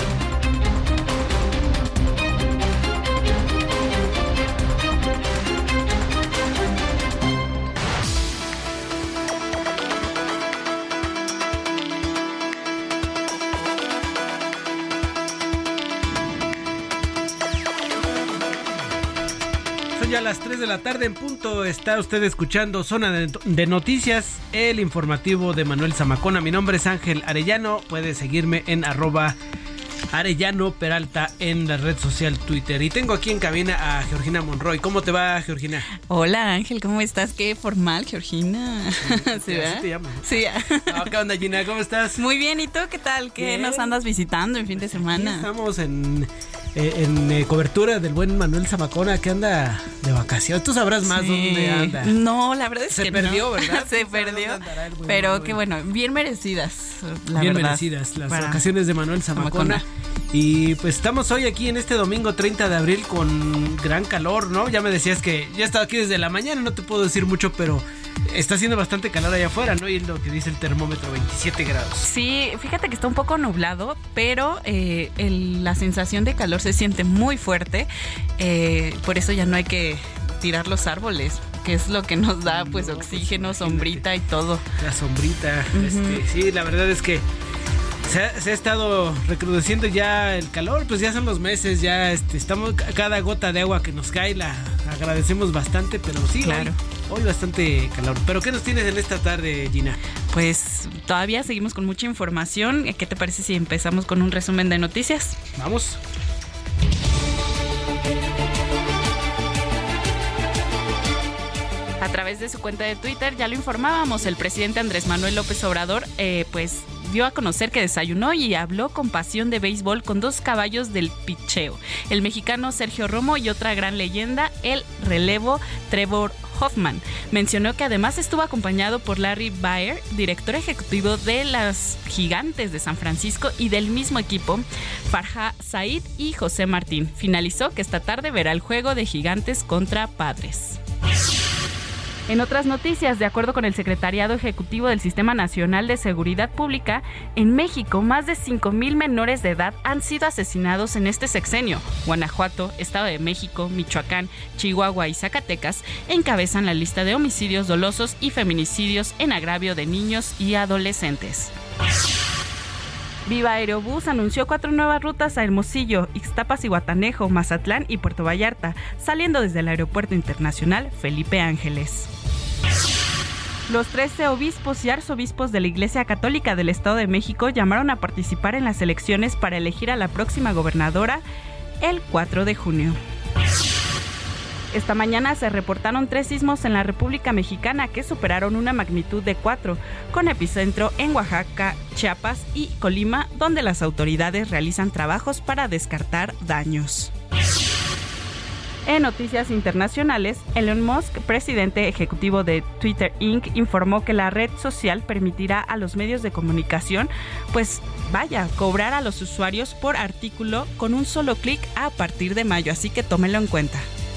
Ya a las 3 de la tarde en punto está usted escuchando Zona de Noticias, el informativo de Manuel Zamacona. Mi nombre es Ángel Arellano, puede seguirme en @ArellanoPeralta en la red social Twitter. Y tengo aquí en cabina a Georgina Monroy. ¿Cómo te va, Georgina? Hola, Ángel, ¿cómo estás? Qué formal, Georgina. ¿Sí, así te llamo? Sí. ¿Qué onda, Gina? ¿Cómo estás? Muy bien, ¿y tú qué tal? ¿Qué Bien. nos andas visitando en fin de semana? Aquí estamos en cobertura del buen Manuel Zamacona, que anda de vacaciones. Tú sabrás más dónde anda. No, la verdad es que Se perdió, ¿verdad? Se perdió. Pero que bueno, bien merecidas, la bien verdad. merecidas las Para vacaciones de Manuel Zamacona. Y pues estamos hoy aquí en este domingo 30 de abril con gran calor, ¿no? Ya me decías que ya he estado aquí desde la mañana, no te puedo decir mucho, pero está haciendo bastante calor allá afuera, ¿no? Y es lo que dice el termómetro, 27 grados. Sí, fíjate que está un poco nublado, pero la sensación de calor se siente muy fuerte. Por eso ya no hay que tirar los árboles, que es lo que nos da pues oxígeno, sombrita y todo. La sombrita, sí, la verdad es que se ha estado recrudeciendo ya el calor, pues ya son los meses, ya estamos, cada gota de agua que nos cae la agradecemos bastante, pero sí, claro. Hoy bastante calor. ¿Pero qué nos tienes en esta tarde, Gina? Pues todavía seguimos con mucha información. ¿Qué te parece si empezamos con un resumen de noticias? Vamos. A través de su cuenta de Twitter, ya lo informábamos, el presidente Andrés Manuel López Obrador, pues dio a conocer que desayunó y habló con pasión de béisbol con dos caballos del picheo, el mexicano Sergio Romo y otra gran leyenda, el relevo Trevor Hoffman. Mencionó que además estuvo acompañado por Larry Baer, director ejecutivo de las Gigantes de San Francisco y del mismo equipo, Farha Said y José Martín. Finalizó que esta tarde verá el juego de Gigantes contra Padres. En otras noticias, de acuerdo con el Secretariado Ejecutivo del Sistema Nacional de Seguridad Pública, en México más de 5,000 menores de edad han sido asesinados en este sexenio. Guanajuato, Estado de México, Michoacán, Chihuahua y Zacatecas encabezan la lista de homicidios dolosos y feminicidios en agravio de niños y adolescentes. Viva Aerobús anunció 4 nuevas rutas a Hermosillo, Ixtapas y Guatanejo, Mazatlán y Puerto Vallarta, saliendo desde el Aeropuerto Internacional Felipe Ángeles. Los 13 obispos y arzobispos de la Iglesia Católica del Estado de México llamaron a participar en las elecciones para elegir a la próxima gobernadora el 4 de junio. Esta mañana se reportaron 3 sismos en la República Mexicana que superaron una magnitud de 4, con epicentro en Oaxaca, Chiapas y Colima, donde las autoridades realizan trabajos para descartar daños. En noticias internacionales, Elon Musk, presidente ejecutivo de Twitter Inc., informó que la red social permitirá a los medios de comunicación, cobrar a los usuarios por artículo con un solo clic a partir de mayo, así que tómenlo en cuenta.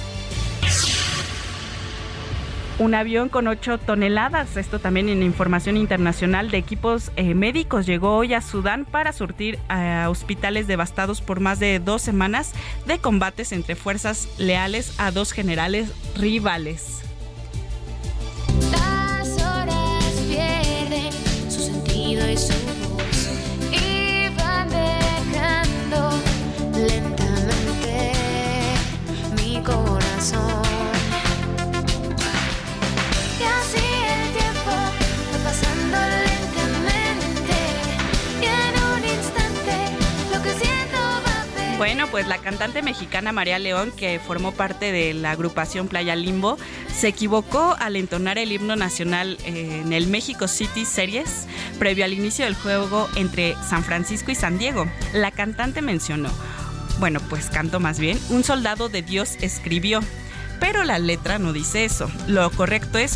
Un avión con 8 toneladas, esto también en información internacional, de equipos médicos llegó hoy a Sudán para surtir a hospitales devastados por más de 2 semanas de combates entre fuerzas leales a 2 generales rivales. Las horas pierden su sentido y su voz y van dejando lentamente mi corazón. Y así el tiempo va pasando lentamente y en un instante lo que siento va a ver. Bueno, pues la cantante mexicana María León, que formó parte de la agrupación Playa Limbo, se equivocó al entonar el himno nacional en el México City Series previo al inicio del juego entre San Francisco y San Diego. La cantante mencionó, cantó más bien, un soldado de Dios escribió, pero la letra no dice eso. Lo correcto es...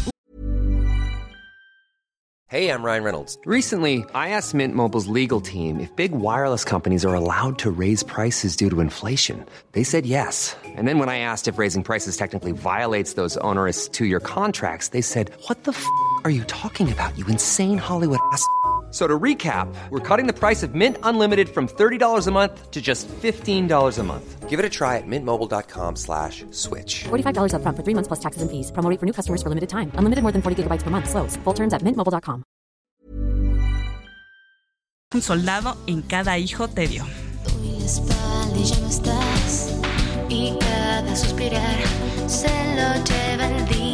Hey, I'm Ryan Reynolds. Recently, I asked Mint Mobile's legal team if big wireless companies are allowed to raise prices due to inflation. They said yes. And then when I asked if raising prices technically violates those onerous 2-year contracts, they said, "What the f*** are you talking about, you insane Hollywood ass?" So to recap, we're cutting the price of Mint Unlimited from $30 a month to just $15 a month. Give it a try at mintmobile.com/switch. $45 up front for 3 months plus taxes and fees. Promo rate for new customers for limited time. Unlimited more than 40 gigabytes per month. Slows full terms at mintmobile.com. Un soldado en cada hijo te dio. Doy la espalda y ya no estás, y cada suspirar se lo lleva el día.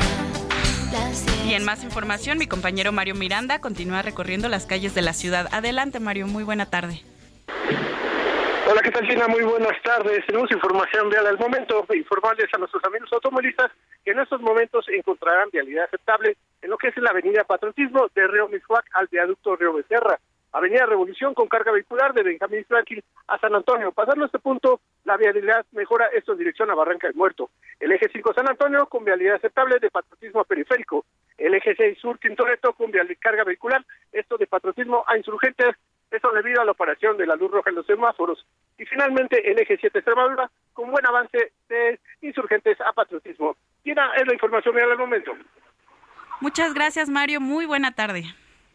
Y en más información, mi compañero Mario Miranda continúa recorriendo las calles de la ciudad. Adelante, Mario, muy buena tarde. Hola, ¿qué tal, Tina? Muy buenas tardes. Tenemos información vial al momento. Informarles a nuestros amigos automovilistas que en estos momentos encontrarán vialidad aceptable en lo que es la avenida Patriotismo de Río Miscuac al viaducto Río Becerra, avenida Revolución con carga vehicular de Benjamín Franklin a San Antonio. Pasando este punto, la vialidad mejora, esto en dirección a Barranca del Muerto. El eje 5 San Antonio con vialidad aceptable de Patriotismo a Periférico. El eje 6 Sur Tintoretto con vialidad carga vehicular, esto de Patriotismo a Insurgentes, esto debido a la operación de la luz roja en los semáforos. Y finalmente el eje 7 Extremadura con buen avance de Insurgentes a Patriotismo. Tina, es la información real al momento. Muchas gracias, Mario. Muy buena tarde.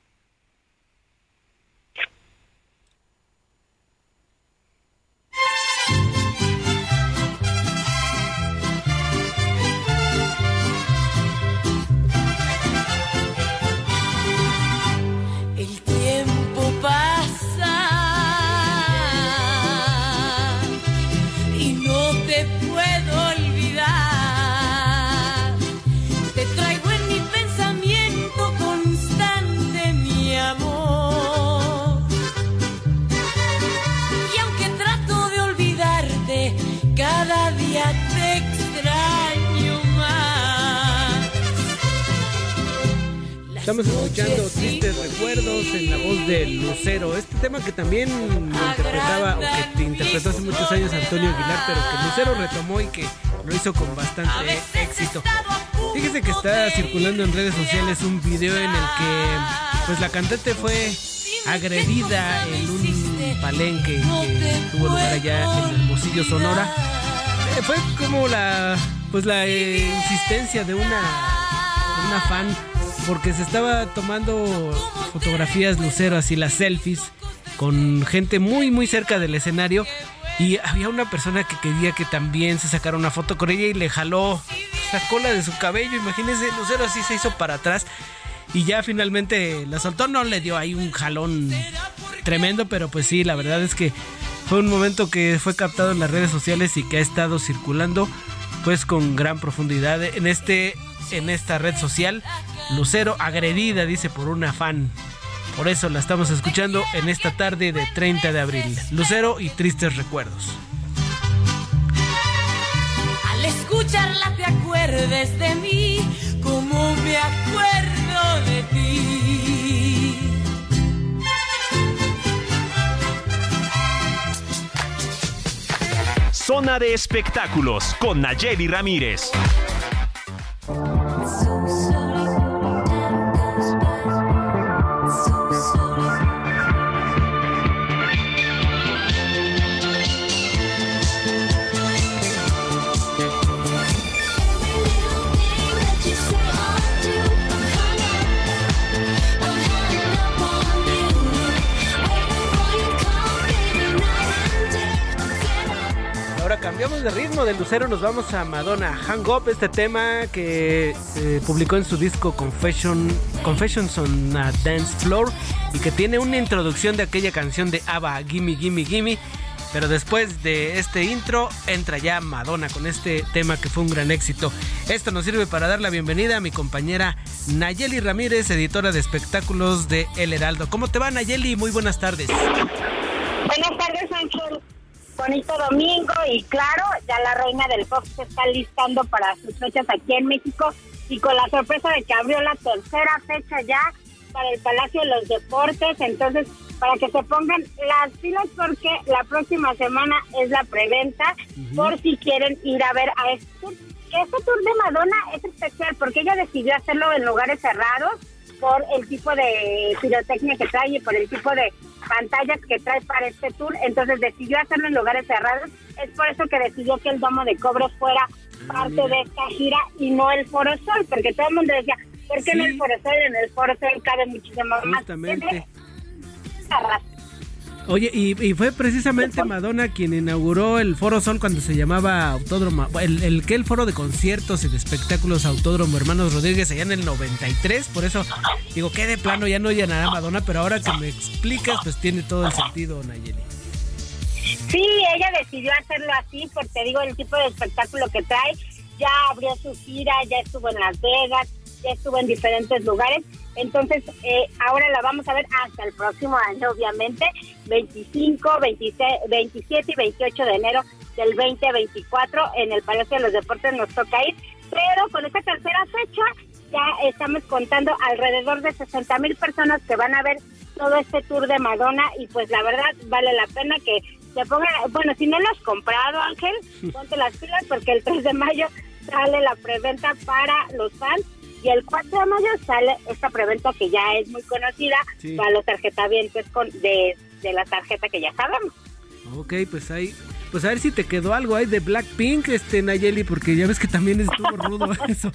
El tiempo pasa y no te puedo olvidar. Te traigo en mi pensamiento constante, mi amor. Y aunque trato de olvidarte, cada día te extraño más. Estamos escuchando Tristes Recuerdos en la voz de Lucero. Este tema que también que interpretó hace muchos años Antonio Aguilar, pero que Lucero retomó y que lo hizo con bastante éxito. Fíjese que está circulando en redes sociales un video en el que la cantante fue agredida en un palenque que tuvo lugar allá en Hermosillo, Sonora. Fue como la insistencia de una fan, porque se estaba tomando fotografías Lucero, así las selfies, con gente muy muy cerca del escenario, y había una persona que quería que también se sacara una foto con ella y le jaló la cola de su cabello. Imagínense, Lucero así se hizo para atrás y ya finalmente la soltó. No le dio ahí un jalón tremendo, pero pues sí, la verdad es que fue un momento que fue captado en las redes sociales y que ha estado circulando pues con gran profundidad en esta red social. Lucero agredida, dice, por una fan. Por eso la estamos escuchando en esta tarde de 30 de abril. Lucero y Tristes Recuerdos. Al escucharla te acuerdes de mí, como me acuerdo de ti. Zona Zona de Espectáculos con Nayeli Ramírez. Ahora cambiamos de ritmo, de Lucero nos vamos a Madonna. Hang Up, este tema que publicó en su disco Confessions on a Dance Floor y que tiene una introducción de aquella canción de ABBA, Gimme Gimme Gimme. Pero después de este intro entra ya Madonna con este tema que fue un gran éxito. Esto nos sirve para dar la bienvenida a mi compañera Nayeli Ramírez, editora de espectáculos de El Heraldo. ¿Cómo te va, Nayeli? Muy buenas tardes. Buenas tardes, Ángel. Bonito domingo y claro, ya la reina del pop se está listando para sus fechas aquí en México y con la sorpresa de que abrió la tercera fecha ya para el Palacio de los Deportes. Entonces, para que se pongan las pilas porque la próxima semana es la preventa por si quieren ir a ver a este tour. Este tour de Madonna es especial porque ella decidió hacerlo en lugares cerrados por el tipo de pirotecnia que trae y por el tipo de pantallas que trae para este tour. Entonces decidió hacerlo en lugares cerrados. Es por eso que decidió que el Domo de Cobre fuera parte de esta gira y no el Foro Sol, porque todo el mundo decía, ¿por qué no el Foro Sol? En el Foro Sol cabe muchísimo más. Justamente. Oye, y fue precisamente Madonna quien inauguró el Foro Sol cuando se llamaba Autódromo, el foro de conciertos y de espectáculos Autódromo Hermanos Rodríguez allá en el 93, por eso digo que de plano ya no llenará Madonna, pero ahora que me explicas pues tiene todo el sentido, Nayeli. Sí, ella decidió hacerlo así porque digo el tipo de espectáculo que trae, ya abrió su gira, ya estuvo en Las Vegas, ya estuvo en diferentes lugares. Entonces, ahora la vamos a ver hasta el próximo año, obviamente, 25, 26, 27 y 28 de enero del 2024 en el Palacio de los Deportes nos toca ir, pero con esta tercera fecha ya estamos contando alrededor de 60,000 personas que van a ver todo este tour de Madonna y pues la verdad vale la pena que se pongan, bueno, si no lo has comprado, Ángel, ponte las pilas porque el 3 de mayo sale la preventa para los fans. Y el 4 de mayo sale esta preventa que ya es muy conocida para los tarjetavientes de la tarjeta que ya sabemos. Ok, pues ahí, pues a ver si te quedó algo ahí de Blackpink, Nayeli, porque ya ves que también estuvo rudo eso.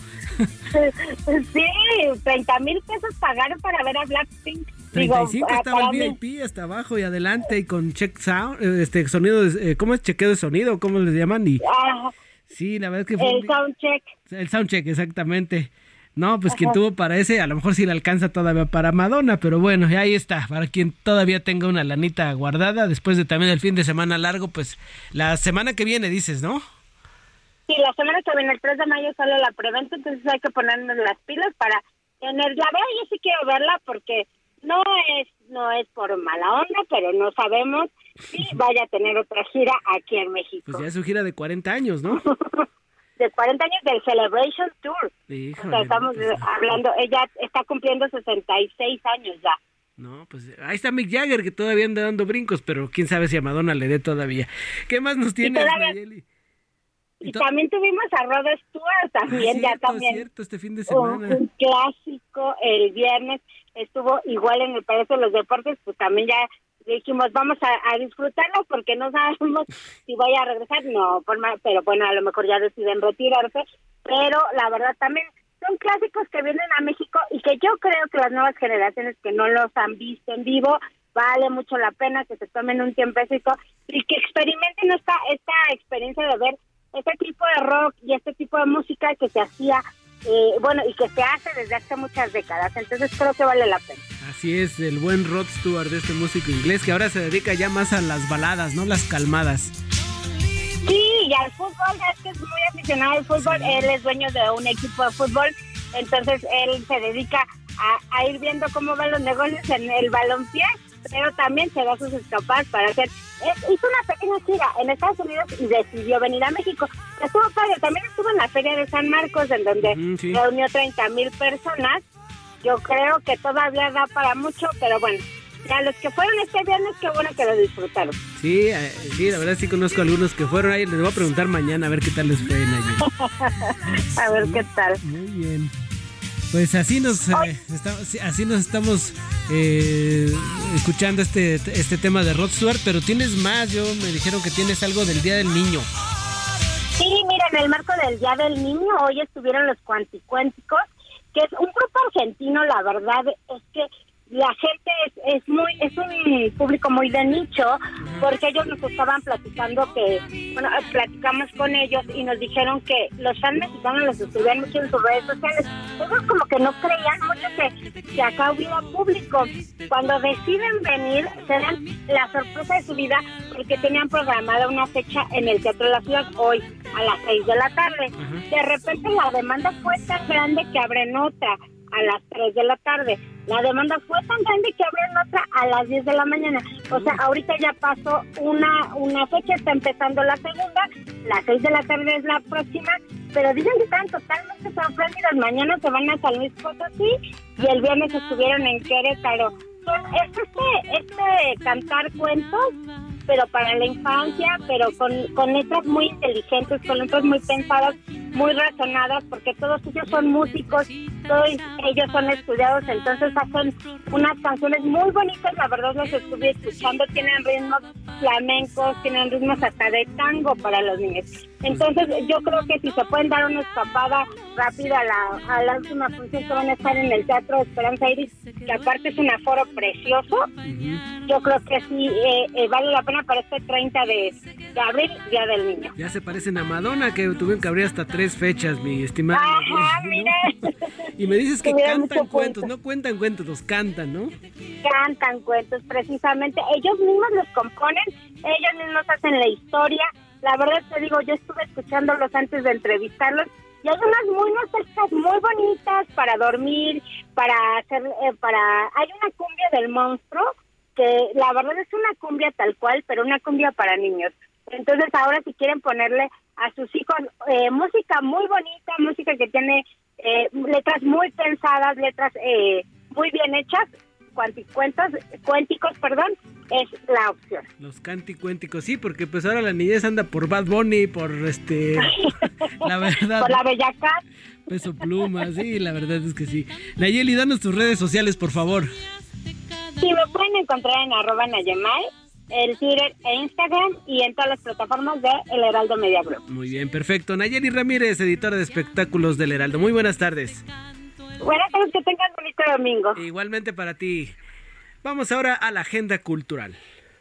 Sí, 30,000 pesos pagaron para ver a Blackpink. 35 estaba el VIP hasta abajo y adelante y con check sound, sonido, ¿cómo es? Chequeo de sonido, ¿cómo les llaman? Y sí, la verdad es que fue el soundcheck. El soundcheck, exactamente. No, pues quien tuvo para ese, a lo mejor sí le alcanza todavía para Madonna, pero bueno, y ahí está, para quien todavía tenga una lanita guardada, después de también el fin de semana largo, pues la semana que viene dices, ¿no? Sí, la semana que viene, el 3 de mayo sale la preventa, entonces hay que ponernos las pilas para tenerla. Yo sí quiero verla porque no es por mala onda, pero no sabemos si vaya a tener otra gira aquí en México. Pues ya es su gira de 40 años, ¿no? De 40 años del Celebration Tour. Híjole, o sea, estamos hablando, ella está cumpliendo 66 años ya. No, pues ahí está Mick Jagger que todavía anda dando brincos, pero quién sabe si a Madonna le dé todavía. ¿Qué más nos tienes, Nayeli? Y también tuvimos a Rod Stewart también, cierto, ya también. Cierto, este fin de semana. Un clásico, el viernes estuvo igual en el Palacio de los Deportes, pues también ya dijimos, vamos a disfrutarlo porque no sabemos si vaya a regresar, pero bueno, a lo mejor ya deciden retirarse, pero la verdad también son clásicos que vienen a México y que yo creo que las nuevas generaciones que no los han visto en vivo, vale mucho la pena que se tomen un tiempecito y que experimenten esta experiencia de ver este tipo de rock y este tipo de música que se hacía y que se hace desde hace muchas décadas, entonces creo que vale la pena. Así es, el buen Rod Stewart, de este músico inglés que ahora se dedica ya más a las baladas, ¿no? Las calmadas. Sí, y al fútbol, es que es muy aficionado al fútbol, él es dueño de un equipo de fútbol, entonces él se dedica a ir viendo cómo van los negocios en el balompié, pero también se da sus escapadas para hacer, hizo una pequeña gira en Estados Unidos y decidió venir a México. Estuvo padre, también estuvo en la Feria de San Marcos, en donde reunió 30,000 personas. Yo creo que todavía da para mucho, pero bueno, a los que fueron este viernes, qué bueno que lo disfrutaron. Sí, la verdad sí conozco a algunos que fueron ahí. Les voy a preguntar mañana a ver qué tal les fue, Nayeli. A ver qué tal. Muy bien. Pues así nos estamos escuchando este tema de Rod Stewart, pero tienes más. Me dijeron que tienes algo del Día del Niño. Sí, mira, en el marco del Día del Niño, hoy estuvieron los Cuanticuénticos, que es un grupo argentino. La verdad es que la gente es un público muy de nicho, porque ellos nos estaban platicando platicamos con ellos y nos dijeron que los fans mexicanos los escribían mucho en sus redes sociales. Ellos como que no creían mucho que acá hubiera público. Cuando deciden venir, se dan la sorpresa de su vida, porque tenían programada una fecha en el Teatro de la Ciudad hoy a las 6 de la tarde. De repente la demanda fue tan grande que abren otra a las 3 de la tarde. La demanda fue tan grande que abren otra a las 10 de la mañana. O sea, ahorita ya pasó una fecha, está empezando la segunda, las 6 de la tarde es la próxima, pero dicen que están totalmente sorprendidos. Mañana se van a San Luis Potosí y el viernes estuvieron en Querétaro. Es este cantar cuentos, pero para la infancia, pero con letras muy inteligentes, con letras muy pensadas, muy razonadas, porque todos ellos son músicos, todos ellos son estudiados, entonces hacen unas canciones muy bonitas. La verdad los estuve escuchando, tienen ritmos flamencos, tienen ritmos hasta de tango para los niños. Entonces yo creo que si se pueden dar una escapada rápida a la última función que van a estar en el Teatro Esperanza Iris, que aparte es un aforo precioso, yo creo que sí vale la pena para este 30 de abril, Día del Niño. Ya se parecen a Madonna, que tuvieron que abrir hasta 3 fechas, mi estimada. Ajá, mire. Y me dices que cantan cuentos, no cuentan cuentos, los cantan, ¿no? Cantan cuentos, precisamente. Ellos mismos los componen, ellos mismos hacen la historia. La verdad te digo, yo estuve escuchándolos antes de entrevistarlos y hay unas muy nostálgicas, muy bonitas para dormir, para hacer, hay una cumbia del monstruo que la verdad es una cumbia tal cual, pero una cumbia para niños. Entonces ahora si quieren ponerle a sus hijos música muy bonita, música que tiene letras muy pensadas, letras muy bien hechas, cuénticos, es la opción. Los canticuénticos, sí, porque pues ahora la niñez anda por Bad Bunny, por la verdad. Por la Bella Cat. Peso Pluma, sí, la verdad es que sí. Nayeli, danos tus redes sociales, por favor. Sí, me pueden encontrar en @Nayemay, el Twitter e Instagram y en todas las plataformas de El Heraldo Media Group. Muy bien, perfecto. Nayeli Ramírez, editora de espectáculos del Heraldo. Muy buenas tardes. Buenas tardes, que tengas bonito domingo. Igualmente para ti. Vamos ahora a la agenda cultural.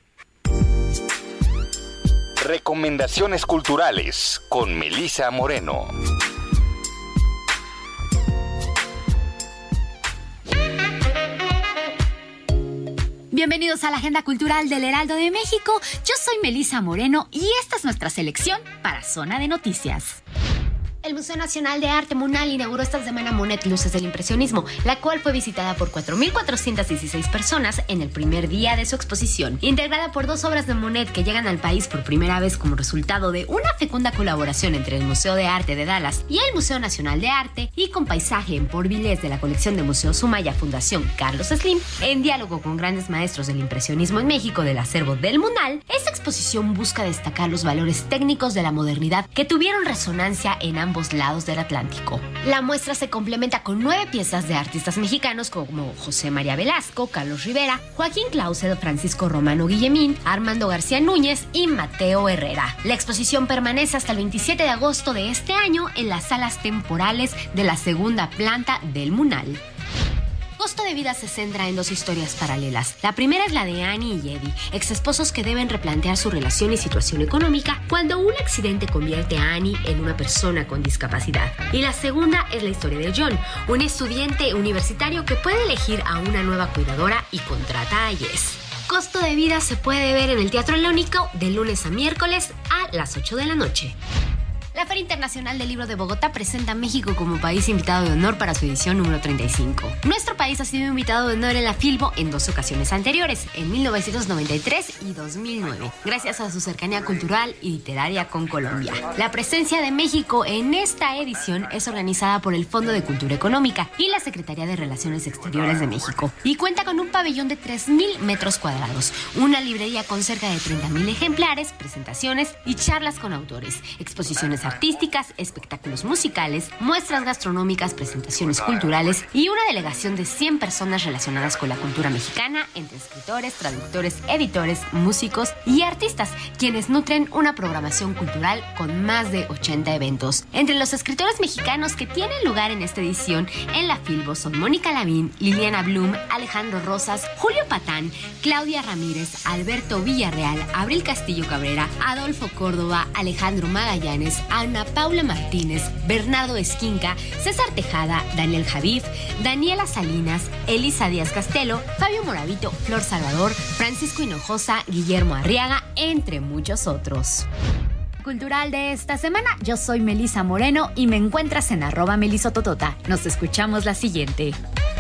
Recomendaciones culturales con Melissa Moreno. Bienvenidos a la Agenda Cultural del Heraldo de México. Yo soy Melissa Moreno y esta es nuestra selección para Zona de Noticias. El Museo Nacional de Arte MUNAL inauguró esta semana Monet Luces del Impresionismo, la cual fue visitada por 4.416 personas en el primer día de su exposición. Integrada por 2 obras de Monet que llegan al país por primera vez como resultado de una fecunda colaboración entre el Museo de Arte de Dallas y el Museo Nacional de Arte, y con paisaje en Port Villés de la colección de Museo Sumaya Fundación Carlos Slim, en diálogo con grandes maestros del impresionismo en México del acervo del MUNAL, esta exposición busca destacar los valores técnicos de la modernidad que tuvieron resonancia en ambos lados del Atlántico. La muestra se complementa con 9 piezas de artistas mexicanos como José María Velasco, Carlos Rivera, Joaquín Clausel, Francisco Romano Guillemín, Armando García Núñez y Mateo Herrera. La exposición permanece hasta el 27 de agosto de este año en las salas temporales de la segunda planta del MUNAL. Costo de Vida se centra en 2 historias paralelas. La primera es la de Annie y Eddie, exesposos que deben replantear su relación y situación económica cuando un accidente convierte a Annie en una persona con discapacidad. Y la segunda es la historia de John, un estudiante universitario que puede elegir a una nueva cuidadora y contrata a Jess. Costo de Vida se puede ver en el Teatro Leónico de lunes a miércoles a las 8 de la noche. La Feria Internacional del Libro de Bogotá presenta a México como país invitado de honor para su edición número 35. Nuestro país ha sido invitado de honor en la Filbo en 2 ocasiones anteriores, en 1993 y 2009, gracias a su cercanía cultural y literaria con Colombia. La presencia de México en esta edición es organizada por el Fondo de Cultura Económica y la Secretaría de Relaciones Exteriores de México y cuenta con un pabellón de 3,000 metros cuadrados, una librería con cerca de 30,000 ejemplares, presentaciones y charlas con autores, exposiciones artísticas, espectáculos musicales, muestras gastronómicas, presentaciones culturales y una delegación de 100 personas relacionadas con la cultura mexicana, entre escritores, traductores, editores, músicos y artistas, quienes nutren una programación cultural con más de 80 eventos. Entre los escritores mexicanos que tienen lugar en esta edición en la Filbo son Mónica Lavín, Liliana Blum, Alejandro Rosas, Julio Patán, Claudia Ramírez, Alberto Villarreal, Abril Castillo Cabrera, Adolfo Córdoba, Alejandro Magallanes, Ana Paula Martínez, Bernardo Esquinca, César Tejada, Daniel Javif, Daniela Salinas, Elisa Díaz Castelo, Fabio Moravito, Flor Salvador, Francisco Hinojosa, Guillermo Arriaga, entre muchos otros. Cultural de esta semana, yo soy Melisa Moreno y me encuentras en @melisototota. Nos escuchamos la siguiente.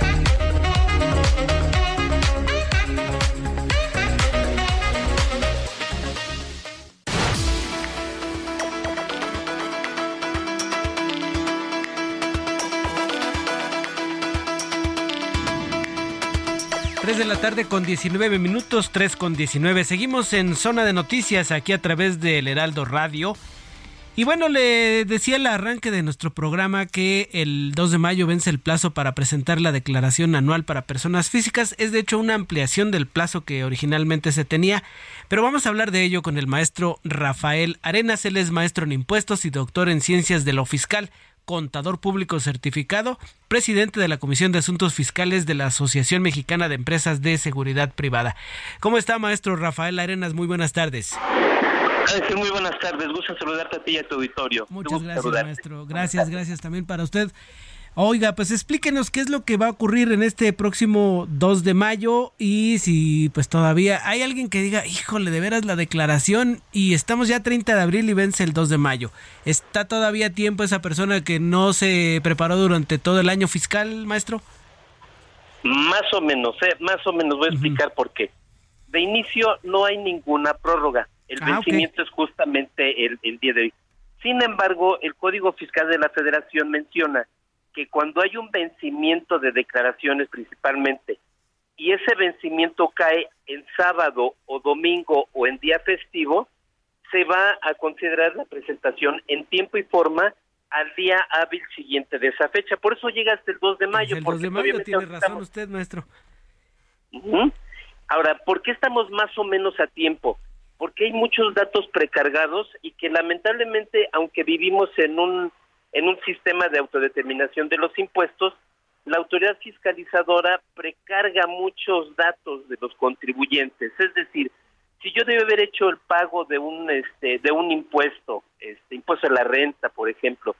3 de la tarde con 19 minutos, 3 con 19. Seguimos en Zona de Noticias aquí a través del Heraldo Radio. Y bueno, le decía al arranque de nuestro programa que el 2 de mayo vence el plazo para presentar la declaración anual para personas físicas. Es de hecho una ampliación del plazo que originalmente se tenía, pero vamos a hablar de ello con el maestro Rafael Arenas. Él es maestro en impuestos y doctor en ciencias de lo fiscal, contador público certificado, presidente de la Comisión de Asuntos Fiscales de la Asociación Mexicana de Empresas de Seguridad Privada. ¿Cómo está, maestro Rafael Arenas? Muy buenas tardes. Muy buenas tardes, gusto saludarte a ti y a tu auditorio. Muchas gracias, maestro. Gracias también para usted. Oiga, pues explíquenos qué es lo que va a ocurrir en este próximo 2 de mayo y si pues todavía hay alguien que diga, híjole, de veras la declaración y estamos ya 30 de abril y vence el 2 de mayo. ¿Está todavía a tiempo esa persona que no se preparó durante todo el año fiscal, maestro? Más o menos voy a explicar por qué. De inicio no hay ninguna prórroga. El vencimiento es justamente el día de hoy. Sin embargo, el Código Fiscal de la Federación menciona que cuando hay un vencimiento de declaraciones principalmente, y ese vencimiento cae en sábado o domingo o en día festivo, se va a considerar la presentación en tiempo y forma al día hábil siguiente de esa fecha. Por eso llega hasta el 2 de mayo. El 2 de mayo tiene razón usted, maestro. Ahora, ¿por qué estamos más o menos a tiempo? Porque hay muchos datos precargados y que lamentablemente, aunque vivimos en un sistema de autodeterminación de los impuestos, la autoridad fiscalizadora precarga muchos datos de los contribuyentes. Es decir, si yo debo haber hecho el pago de un impuesto, impuesto a la renta, por ejemplo,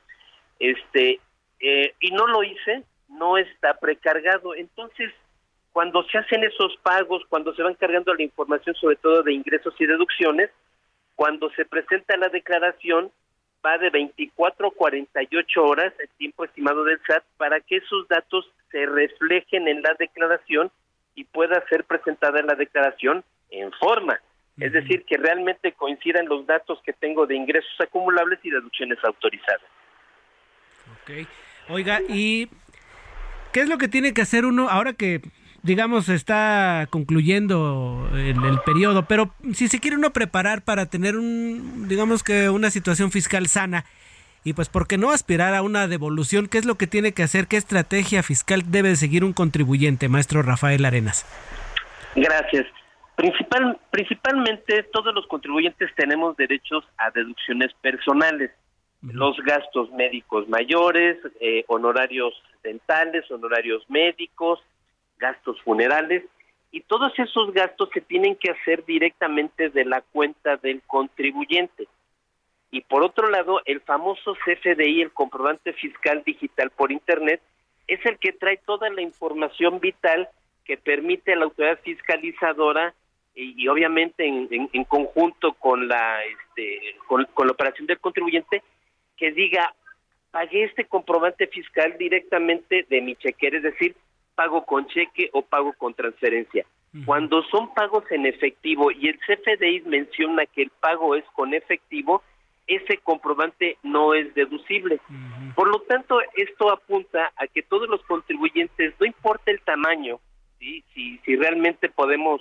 y no lo hice, no está precargado. Entonces, cuando se hacen esos pagos, cuando se van cargando la información, sobre todo de ingresos y deducciones, cuando se presenta la declaración, va de 24 a 48 horas el tiempo estimado del SAT para que esos datos se reflejen en la declaración y pueda ser presentada en la declaración en forma. Es decir, que realmente coincidan los datos que tengo de ingresos acumulables y deducciones autorizadas. Ok. Oiga, ¿y qué es lo que tiene que hacer uno ahora que, digamos, está concluyendo el periodo, pero si se quiere uno preparar para tener una situación fiscal sana y pues por qué no aspirar a una devolución? ¿Qué es lo que tiene que hacer? ¿Qué estrategia fiscal debe seguir un contribuyente, maestro Rafael Arenas? Gracias. Principalmente todos los contribuyentes tenemos derechos a deducciones personales, los gastos médicos mayores, honorarios dentales, honorarios médicos, gastos funerales, y todos esos gastos se tienen que hacer directamente de la cuenta del contribuyente. Y por otro lado, el famoso CFDI, el comprobante fiscal digital por internet, es el que trae toda la información vital que permite a la autoridad fiscalizadora y obviamente en conjunto con la operación del contribuyente, que diga, pagué este comprobante fiscal directamente de mi chequera, es decir, pago con cheque o pago con transferencia. Cuando son pagos en efectivo y el CFDI menciona que el pago es con efectivo, ese comprobante no es deducible. Por lo tanto, esto apunta a que todos los contribuyentes, no importa el tamaño, ¿sí? si realmente podemos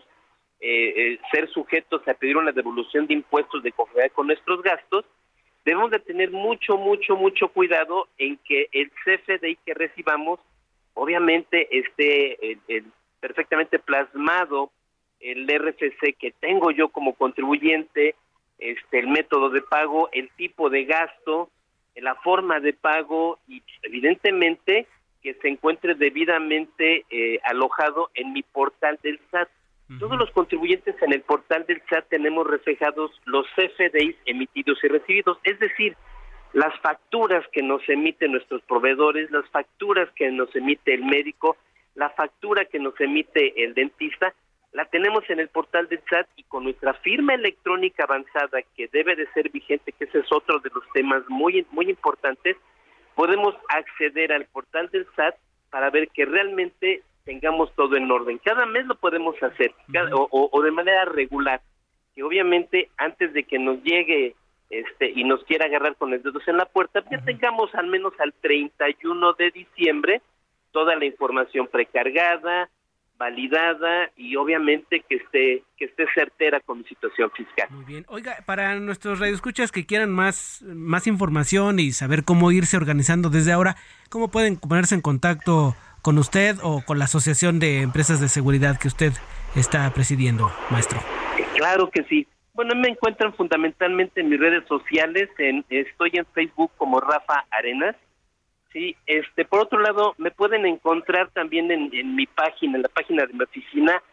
ser sujetos a pedir una devolución de impuestos de conformidad con nuestros gastos, debemos de tener mucho cuidado en que el CFDI que recibamos, obviamente esté perfectamente plasmado el RFC que tengo yo como contribuyente, el método de pago, el tipo de gasto, la forma de pago y evidentemente que se encuentre debidamente alojado en mi portal del SAT. Todos los contribuyentes en el portal del SAT tenemos reflejados los CFDIs emitidos y recibidos, es decir, las facturas que nos emiten nuestros proveedores, las facturas que nos emite el médico, la factura que nos emite el dentista, la tenemos en el portal del SAT y con nuestra firma electrónica avanzada que debe de ser vigente, que ese es otro de los temas muy importantes, podemos acceder al portal del SAT para ver que realmente tengamos todo en orden. Cada mes lo podemos hacer o de manera regular, que obviamente antes de que nos llegue y nos quiera agarrar con los dedos en la puerta, ya tengamos al menos al 31 de diciembre toda la información precargada, validada y obviamente que esté certera con mi situación fiscal. Muy bien. Oiga, para nuestros radioescuchas que quieran más información y saber cómo irse organizando desde ahora, ¿cómo pueden ponerse en contacto con usted o con la Asociación de Empresas de Seguridad que usted está presidiendo, maestro? Claro que sí. Bueno, me encuentran fundamentalmente en mis redes sociales, estoy en Facebook como Rafa Arenas. Sí, por otro lado, me pueden encontrar también en mi página, en la página de mi oficina,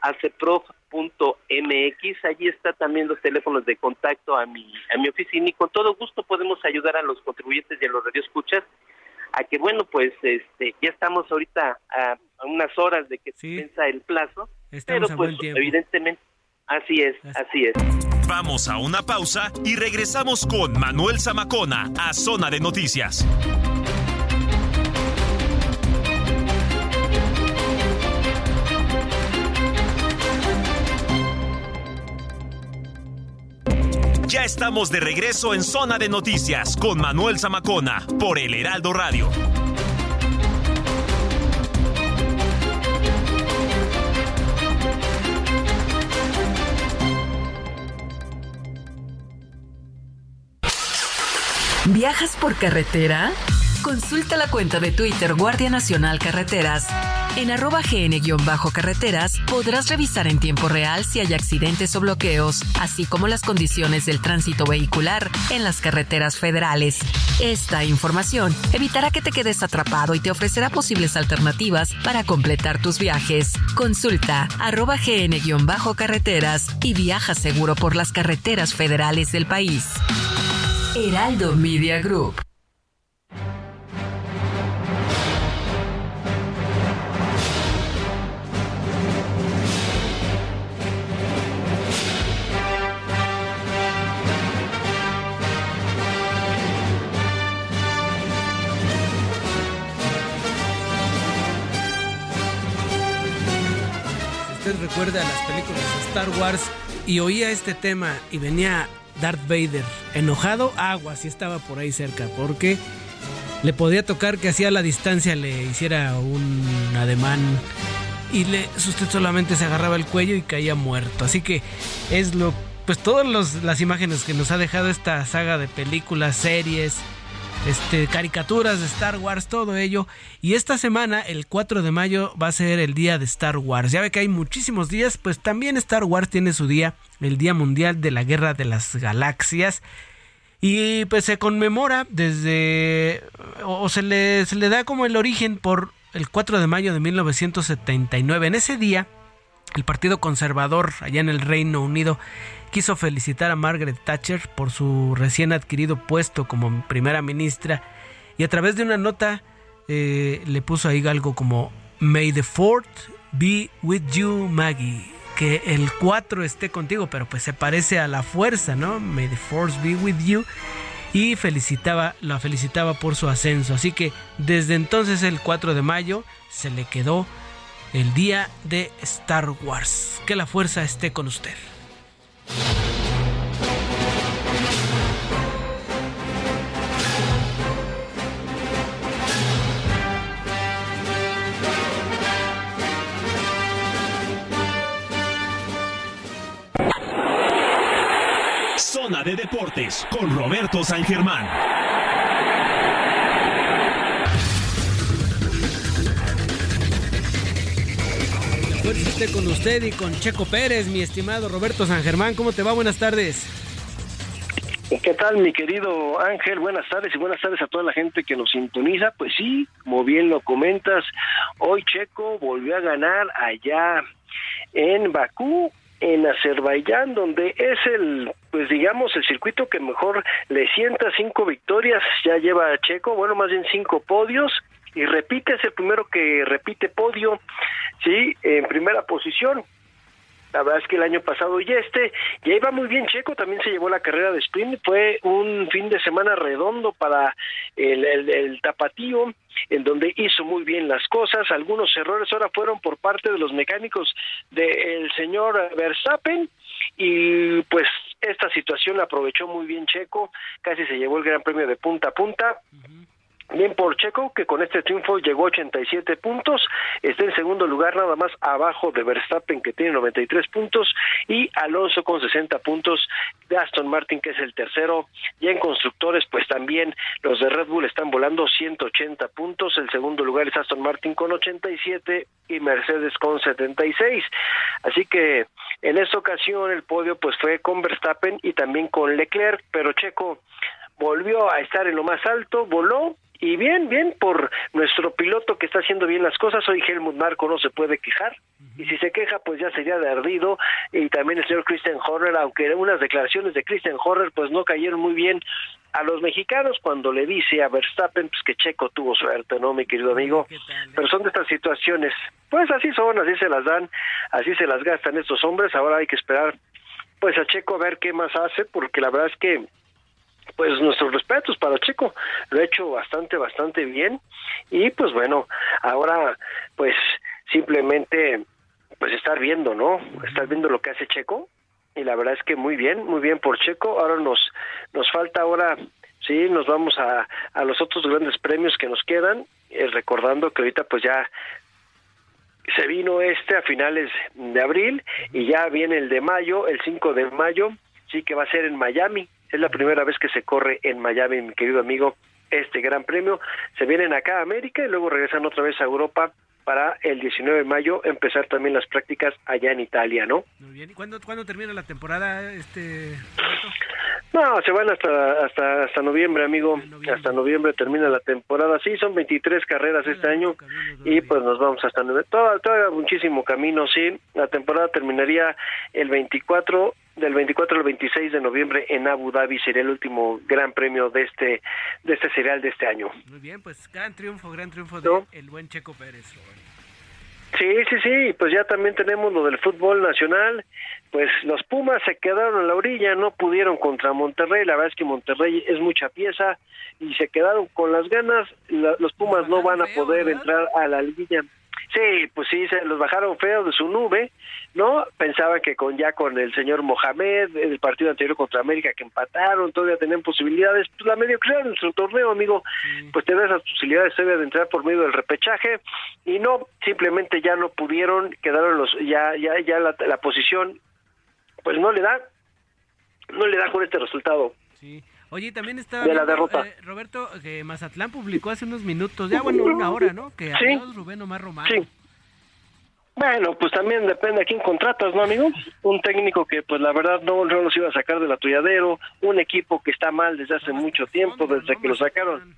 aceprof.mx. Allí está también los teléfonos de contacto a mi oficina y con todo gusto podemos ayudar a los contribuyentes y a los radioescuchas a que, bueno, pues ya estamos ahorita a unas horas de que se venza el plazo, estamos pero pues evidentemente así es. Vamos a una pausa y regresamos con Manuel Zamacona a Zona de Noticias. Ya estamos de regreso en Zona de Noticias con Manuel Zamacona por El Heraldo Radio. ¿Viajas por carretera? Consulta la cuenta de Twitter Guardia Nacional Carreteras. En @GN-carreteras podrás revisar en tiempo real si hay accidentes o bloqueos, así como las condiciones del tránsito vehicular en las carreteras federales. Esta información evitará que te quedes atrapado y te ofrecerá posibles alternativas para completar tus viajes. Consulta @GN-carreteras y viaja seguro por las carreteras federales del país. Heraldo Media Group. Recuerda las películas de Star Wars y oía este tema y venía Darth Vader enojado, aguas, si estaba por ahí cerca, porque le podía tocar que hacía la distancia, le hiciera un ademán y usted solamente se agarraba el cuello y caía muerto. Así que es pues todas las imágenes que nos ha dejado esta saga de películas, series, caricaturas de Star Wars, todo ello. Y esta semana, el 4 de mayo, va a ser el día de Star Wars. Ya ve que hay muchísimos días, pues también Star Wars tiene su día, el Día Mundial de la Guerra de las Galaxias. Y pues se conmemora desde, o se le da como el origen por el 4 de mayo de 1979. En ese día, el Partido Conservador allá en el Reino Unido quiso felicitar a Margaret Thatcher por su recién adquirido puesto como primera ministra y a través de una nota le puso ahí algo como May the 4th be with you, Maggie, que el 4 esté contigo, pero pues se parece a la fuerza, ¿no? May the 4th be with you. y la felicitaba por su ascenso. Así que desde entonces, el 4 de mayo, se le quedó el día de Star Wars. Que la fuerza esté con usted. Zona de Deportes con Roberto San Germán. Fuerza esté con usted y con Checo Pérez, mi estimado Roberto San Germán. ¿Cómo te va? Buenas tardes. ¿Qué tal, mi querido Ángel? Buenas tardes y buenas tardes a toda la gente que nos sintoniza. Pues sí, como bien lo comentas, hoy Checo volvió a ganar allá en Bakú, en Azerbaiyán, donde es el circuito que mejor le sienta. 5 victorias ya lleva Checo, bueno, más bien 5 podios, y repite, es el primero que repite podio, sí, en primera posición. La verdad es que el año pasado ya iba muy bien Checo, también se llevó la carrera de sprint. Fue un fin de semana redondo para el tapatío, en donde hizo muy bien las cosas. Algunos errores ahora fueron por parte de los mecánicos del señor Verstappen, y pues esta situación la aprovechó muy bien Checo, casi se llevó el Gran Premio de punta a punta. Bien por Checo, que con este triunfo llegó a 87 puntos, está en segundo lugar, nada más abajo de Verstappen, que tiene 93 puntos, y Alonso con 60 puntos de Aston Martin, que es el tercero. Ya en constructores, pues también los de Red Bull están volando, 180 puntos, el segundo lugar es Aston Martin con 87 y Mercedes con 76. Así que en esta ocasión el podio pues fue con Verstappen y también con Leclerc, pero Checo volvió a estar en lo más alto, voló. Y bien por nuestro piloto que está haciendo bien las cosas. Hoy Helmut Marko no se puede quejar, y si se queja pues ya sería de ardido. Y también el señor Christian Horner, aunque unas declaraciones de Christian Horner pues no cayeron muy bien a los mexicanos cuando le dice a Verstappen pues que Checo tuvo suerte, ¿no, mi querido amigo? Pero son de estas situaciones, pues así son, así se las dan, así se las gastan estos hombres. Ahora hay que esperar pues a Checo a ver qué más hace, porque la verdad es que pues nuestros respetos para Checo, lo ha hecho bastante bien, y pues bueno, ahora pues simplemente pues estar viendo, ¿no? Estar viendo lo que hace Checo, y la verdad es que muy bien por Checo. Ahora nos falta ahora, sí, nos vamos a los otros grandes premios que nos quedan, recordando que ahorita pues ya se vino a finales de abril, y ya viene el de mayo, el 5 de mayo, sí, que va a ser en Miami. Es la primera vez que se corre en Miami, mi querido amigo, este gran premio. Se vienen acá a América y luego regresan otra vez a Europa para el 19 de mayo empezar también las prácticas allá en Italia, ¿no? Muy bien. ¿Y cuándo termina la temporada, Roberto? No, se van hasta noviembre, amigo. Noviembre. Hasta noviembre termina la temporada. Sí, son 23 carreras este año, y pues nos vamos hasta noviembre. Todavía muchísimo camino, sí. La temporada terminaría del 24 al 26 de noviembre en Abu Dhabi. Sería el último gran premio de este serial de este año. Muy bien, pues gran triunfo de el buen Checo Pérez, Roberto. Sí, pues ya también tenemos lo del fútbol nacional. Pues los Pumas se quedaron en la orilla, no pudieron contra Monterrey. La verdad es que Monterrey es mucha pieza y se quedaron con las ganas. Los Pumas no van a poder entrar a la liguilla. Sí, pues sí, se los bajaron feo de su nube, ¿no? Pensaban que con el señor Mohamed, el partido anterior contra América que empataron, todavía tenían posibilidades. Pues la mediocridad de nuestro torneo, amigo, pues te da esas posibilidades todavía de entrar por medio del repechaje, y no, simplemente ya no pudieron, quedaron la posición, pues no le da con este resultado. Sí. Oye, también estaba de la derrota. Roberto, que Mazatlán publicó hace unos minutos, una hora, ¿no? Que adiós Rubén Omar Romano. Sí. Bueno, pues también depende a quién contratas, ¿no, amigo? Un técnico que, pues la verdad, no los iba a sacar del atolladero, un equipo que está mal desde hace mucho tiempo, desde que lo sacaron.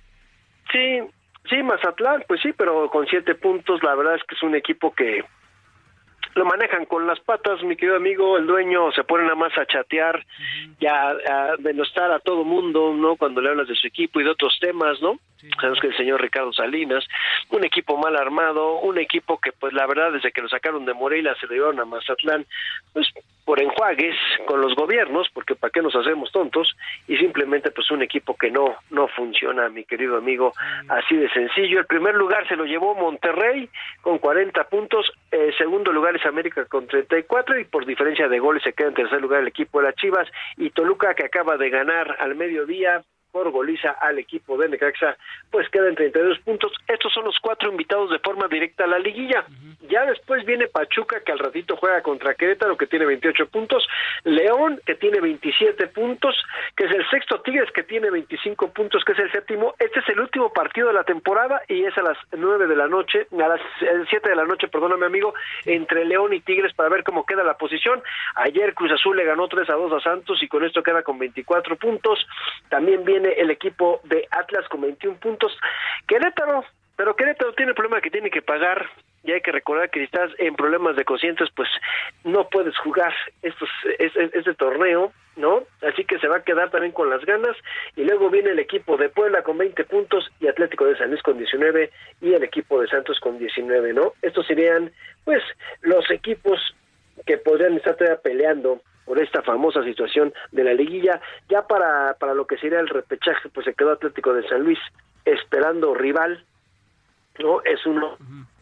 Sí, Mazatlán, pues sí, pero con 7 puntos, la verdad es que es un equipo que lo manejan con las patas, mi querido amigo. El dueño se pone nada más a chatear, ya a denostar a todo mundo, ¿no? Cuando le hablas de su equipo y de otros temas, ¿no? Sabemos que el señor Ricardo Salinas, un equipo mal armado, un equipo que pues la verdad desde que lo sacaron de Morelia se lo llevaron a Mazatlán, pues por enjuagues con los gobiernos, porque para qué nos hacemos tontos, y simplemente pues un equipo que no funciona, mi querido amigo, así de sencillo. El primer lugar se lo llevó Monterrey con 40 puntos, segundo lugar es América con 34, y por diferencia de goles se queda en tercer lugar el equipo de las Chivas, y Toluca, que acaba de ganar al mediodía por goliza al equipo de Necaxa, pues queda en 32 puntos. Estos son los 4 invitados de forma directa a la liguilla. Ya después viene Pachuca, que al ratito juega contra Querétaro, que tiene 28 puntos, León, que tiene 27 puntos, que es el sexto, Tigres, que tiene 25 puntos, que es el séptimo. Este es el último partido de la temporada, y es a las 9 de la noche, a las 7 de la noche, perdóname amigo, entre León y Tigres, para ver cómo queda la posición. Ayer Cruz Azul le ganó 3-2 a Santos, y con esto queda con 24 puntos. También viene el equipo de Atlas con 21 puntos. Querétaro tiene el problema que tiene que pagar, y hay que recordar que si estás en problemas de cocientes, pues no puedes jugar este torneo, ¿no? Así que se va a quedar también con las ganas. Y luego viene el equipo de Puebla con 20 puntos, y Atlético de San Luis con 19, y el equipo de Santos con 19, ¿no? Estos serían, pues, los equipos que podrían estar todavía peleando por esta famosa situación de la liguilla. Ya para lo que sería el repechaje, pues se quedó Atlético de San Luis esperando rival, ¿no? Es uno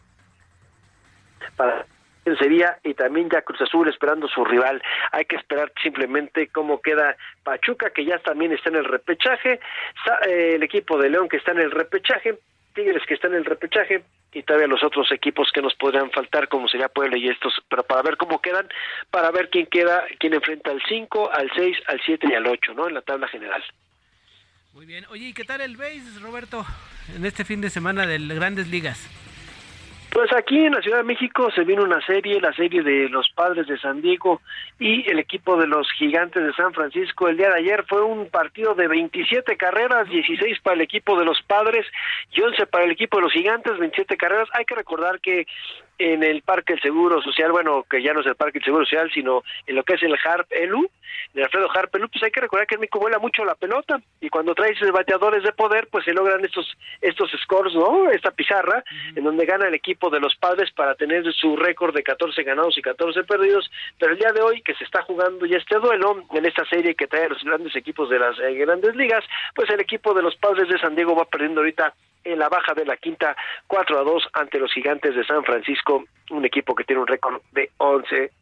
para sería, y también ya Cruz Azul esperando su rival. Hay que esperar simplemente cómo queda Pachuca, que ya también está en el repechaje, el equipo de León, que está en el repechaje, Tigres, que está en el repechaje, y todavía los otros equipos que nos podrían faltar, como sería Puebla y estos, pero para ver cómo quedan, para ver quién enfrenta al 5, al 6, al 7 y al 8, ¿no? En la tabla general. Muy bien. Oye, ¿y qué tal el béis, Roberto, en este fin de semana de Grandes Ligas? Pues aquí en la Ciudad de México se vino una serie, la serie de los Padres de San Diego y el equipo de los Gigantes de San Francisco. El día de ayer fue un partido de 27 carreras, 16 para el equipo de los Padres y 11 para el equipo de los Gigantes, 27 carreras. Hay que recordar que en el Parque del Seguro Social, bueno, que ya no es el Parque del Seguro Social, sino en lo que es el Harp Elu, de Alfredo Harp Elu, pues hay que recordar que en México vuela mucho la pelota, y cuando traes bateadores de poder, pues se logran estos scores, ¿no? Esta pizarra, en donde gana el equipo de los Padres para tener su récord de 14 ganados y 14 perdidos. Pero el día de hoy, que se está jugando ya este duelo, en esta serie que trae a los grandes equipos de las Grandes Ligas, pues el equipo de los Padres de San Diego va perdiendo ahorita en la baja de la quinta 4-2 ante los Gigantes de San Francisco, un equipo que tiene un récord de 11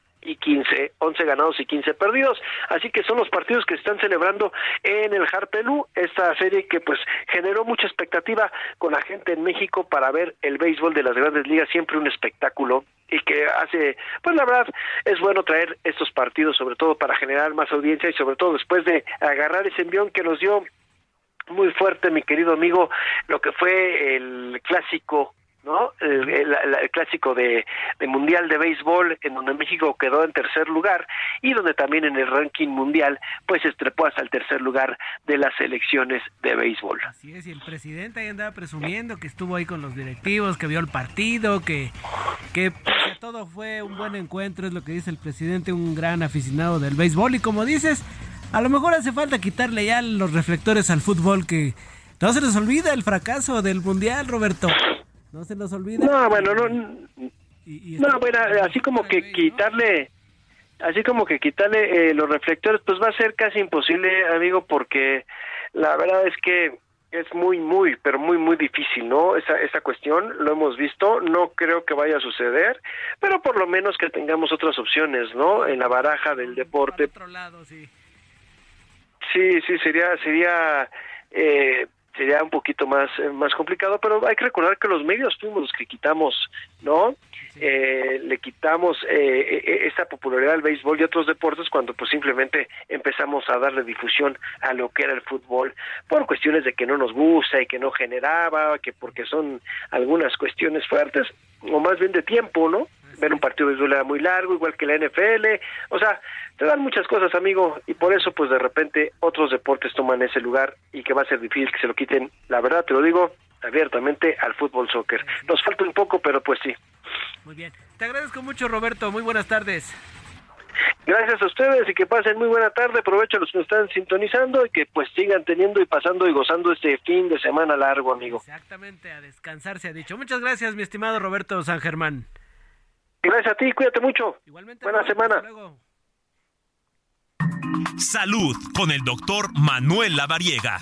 ganados y 15 perdidos. Así que son los partidos que se están celebrando en el Harp Elu, esta serie que pues generó mucha expectativa con la gente en México para ver el béisbol de las Grandes Ligas, siempre un espectáculo, y que hace, pues la verdad, es bueno traer estos partidos, sobre todo para generar más audiencia, y sobre todo después de agarrar ese envión que nos dio muy fuerte, mi querido amigo, lo que fue el clásico, ¿no? El clásico de mundial de béisbol, en donde México quedó en tercer lugar, y donde también en el ranking mundial pues se estrepó hasta el tercer lugar de las selecciones de béisbol. Así es, y el presidente ahí andaba presumiendo que estuvo ahí con los directivos, que vio el partido, que pues, todo fue un buen encuentro, es lo que dice el presidente, un gran aficionado del béisbol. Y como dices, a lo mejor hace falta quitarle ya los reflectores al fútbol, que no se les olvida el fracaso del mundial, Roberto. No se nos olvida. No, bueno, bueno, así como que quitarle los reflectores, pues va a ser casi imposible, amigo, porque la verdad es que es muy, pero muy difícil, ¿no? Esa cuestión, lo hemos visto, no creo que vaya a suceder, pero por lo menos que tengamos otras opciones, ¿no? En la baraja del deporte. Por otro lado, sí. Sí, sería un poquito más complicado, pero hay que recordar que los medios fuimos los que quitamos, ¿no? Le quitamos esta popularidad al béisbol y otros deportes cuando pues simplemente empezamos a darle difusión a lo que era el fútbol, por cuestiones de que no nos gusta y que no generaba, que porque son algunas cuestiones fuertes, o más bien de tiempo, ¿no? Ver un partido de béisbol era muy largo, igual que la NFL, o sea, te dan muchas cosas, amigo, y por eso pues de repente otros deportes toman ese lugar, y que va a ser difícil que se lo quiten, la verdad te lo digo abiertamente, al fútbol soccer. Nos falta un poco, pero pues sí. Muy bien, te agradezco mucho, Roberto, muy buenas tardes. Gracias a ustedes, y que pasen muy buena tarde. Aprovecho a los que nos están sintonizando, y que pues sigan teniendo y pasando y gozando este fin de semana largo, amigo. Exactamente, a descansar se ha dicho. Muchas gracias, mi estimado Roberto San Germán. Gracias a ti, cuídate mucho. Igualmente. Buena semana. Hasta luego. Salud con el doctor Manuel Lavariega.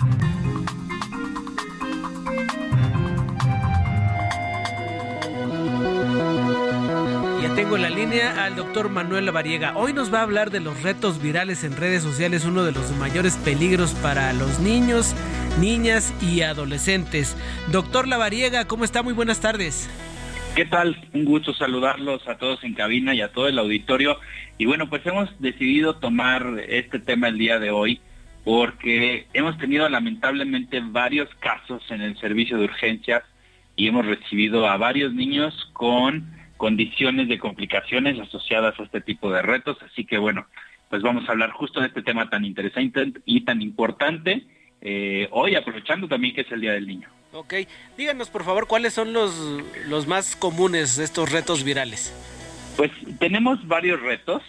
Ya tengo en la línea al doctor Manuel Lavariega. Hoy nos va a hablar de los retos virales en redes sociales, uno de los mayores peligros para los niños, niñas y adolescentes. Doctor Lavariega, ¿cómo está? Muy buenas tardes. ¿Qué tal? Un gusto saludarlos a todos en cabina y a todo el auditorio. Y bueno, pues hemos decidido tomar este tema el día de hoy porque hemos tenido lamentablemente varios casos en el servicio de urgencias y hemos recibido a varios niños con condiciones de complicaciones asociadas a este tipo de retos. Así que bueno, pues vamos a hablar justo de este tema tan interesante y tan importante hoy, aprovechando también que es el Día del Niño. Ok, díganos por favor cuáles son los más comunes de estos retos virales. Pues tenemos varios retos.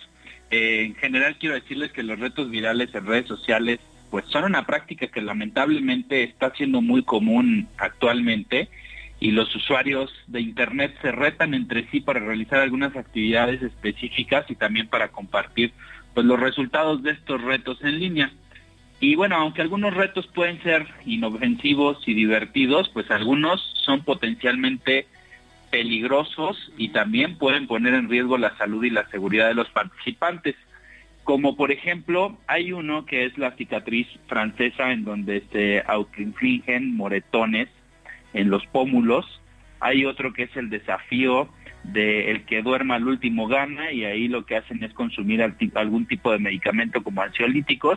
En general quiero decirles que los retos virales en redes sociales pues son una práctica que lamentablemente está siendo muy común actualmente y los usuarios de internet se retan entre sí para realizar algunas actividades específicas y también para compartir pues los resultados de estos retos en línea. Y bueno, aunque algunos retos pueden ser inofensivos y divertidos, pues algunos son potencialmente peligrosos y también pueden poner en riesgo la salud y la seguridad de los participantes. Como por ejemplo, hay uno que es la cicatriz francesa en donde se autoinfligen moretones en los pómulos. Hay otro que es el desafío de el que duerma al último gana y ahí lo que hacen es consumir algún tipo de medicamento como ansiolíticos.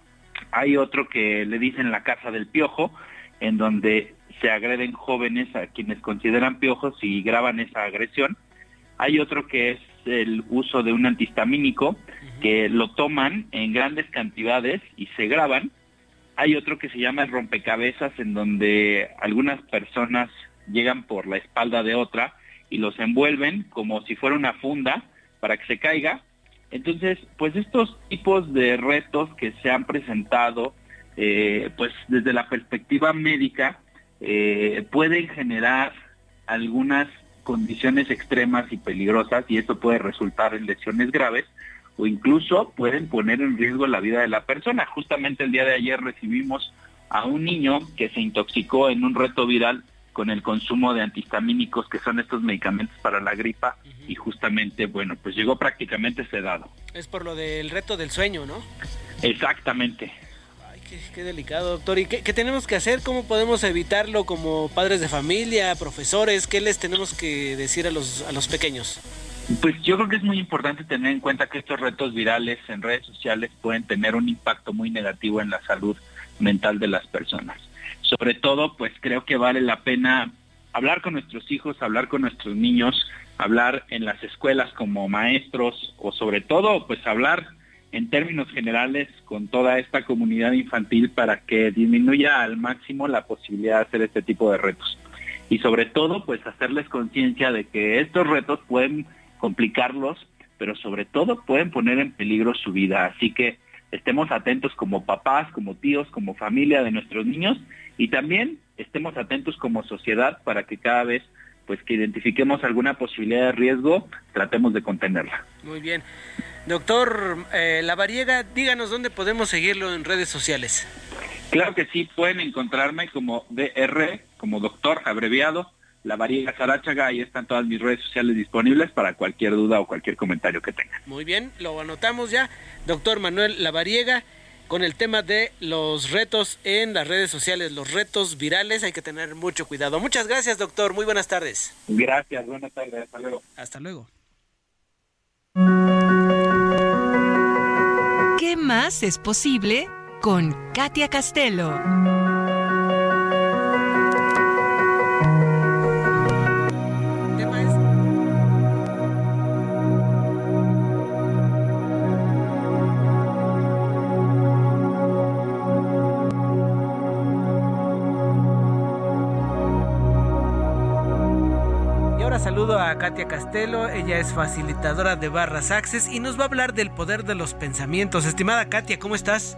Hay otro que le dicen la casa del piojo, en donde se agreden jóvenes a quienes consideran piojos y graban esa agresión. Hay otro que es el uso de un antihistamínico, que lo toman en grandes cantidades y se graban. Hay otro que se llama el rompecabezas, en donde algunas personas llegan por la espalda de otra y los envuelven como si fuera una funda para que se caiga. Entonces, pues estos tipos de retos que se han presentado, pues desde la perspectiva médica, pueden generar algunas condiciones extremas y peligrosas y esto puede resultar en lesiones graves o incluso pueden poner en riesgo la vida de la persona. Justamente el día de ayer recibimos a un niño que se intoxicó en un reto viral con el consumo de antihistamínicos, que son estos medicamentos para la gripa, y justamente, bueno, pues llegó prácticamente sedado. Es por lo del reto del sueño, ¿no? Exactamente. Ay, qué delicado, doctor. ¿Y qué tenemos que hacer? ¿Cómo podemos evitarlo como padres de familia, profesores? ¿Qué les tenemos que decir a los pequeños? Pues yo creo que es muy importante tener en cuenta que estos retos virales en redes sociales pueden tener un impacto muy negativo en la salud mental de las personas. Sobre todo, pues creo que vale la pena hablar con nuestros hijos, hablar con nuestros niños, hablar en las escuelas como maestros o sobre todo, pues hablar en términos generales con toda esta comunidad infantil para que disminuya al máximo la posibilidad de hacer este tipo de retos. Y sobre todo, pues hacerles conciencia de que estos retos pueden complicarlos, pero sobre todo pueden poner en peligro su vida. Así que estemos atentos como papás, como tíos, como familia de nuestros niños y también estemos atentos como sociedad para que cada vez pues que identifiquemos alguna posibilidad de riesgo, tratemos de contenerla. Muy bien. Doctor Lavariega, díganos dónde podemos seguirlo en redes sociales. Claro que sí, pueden encontrarme como DR, como doctor abreviado, Lavariega Sarachaga, ahí están todas mis redes sociales disponibles para cualquier duda o cualquier comentario que tengan. Muy bien, lo anotamos ya. Doctor Manuel Lavariega, con el tema de los retos en las redes sociales, los retos virales, hay que tener mucho cuidado. Muchas gracias, doctor, muy buenas tardes. Gracias, buenas tardes, hasta luego. Hasta luego. ¿Qué más es posible con Katia Castelo? Saludo a Katia Castelo, ella es facilitadora de Barras Access y nos va a hablar del poder de los pensamientos. Estimada Katia, ¿cómo estás?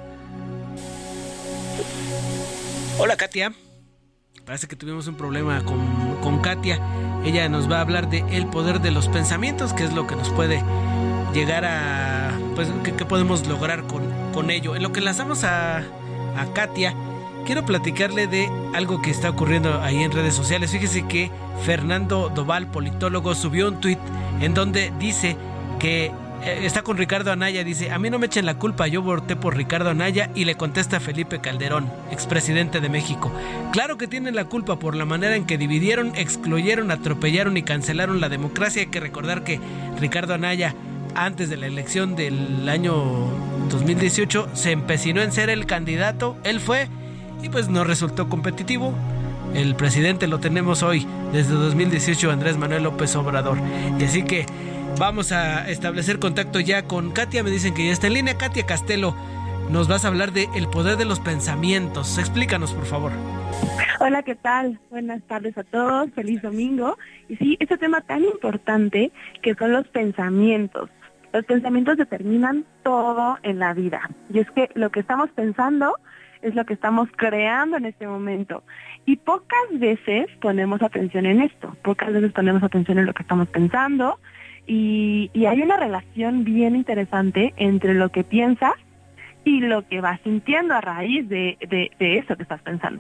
Hola Katia, parece que tuvimos un problema con Katia. Ella nos va a hablar de el poder de los pensamientos, que es lo que nos puede llegar a, pues, que podemos lograr con con ello. En lo que enlazamos a Katia, quiero platicarle de algo que está ocurriendo ahí en redes sociales. Fíjese que Fernando Doval, politólogo, subió un tuit en donde dice que está con Ricardo Anaya, dice: a mí no me echen la culpa, yo voté por Ricardo Anaya. Y le contesta Felipe Calderón, expresidente de México: claro que tienen la culpa por la manera en que dividieron, excluyeron, atropellaron y cancelaron la democracia. Hay que recordar que Ricardo Anaya, antes de la elección del año 2018, se empecinó en ser el candidato, él fue, y pues no resultó competitivo. El presidente lo tenemos hoy, desde 2018, Andrés Manuel López Obrador. Y así que vamos a establecer contacto ya con Katia. Me dicen que ya está en línea. Katia Castelo, nos vas a hablar de el poder de los pensamientos. Explícanos, por favor. Hola, ¿qué tal? Buenas tardes a todos, feliz domingo. Y sí, este tema tan importante que son los pensamientos. Los pensamientos determinan todo en la vida. Y es que lo que estamos pensando es lo que estamos creando en este momento. Y pocas veces ponemos atención en esto. Pocas veces ponemos atención en lo que estamos pensando. Y hay una relación bien interesante entre lo que piensas y lo que vas sintiendo a raíz de eso que estás pensando.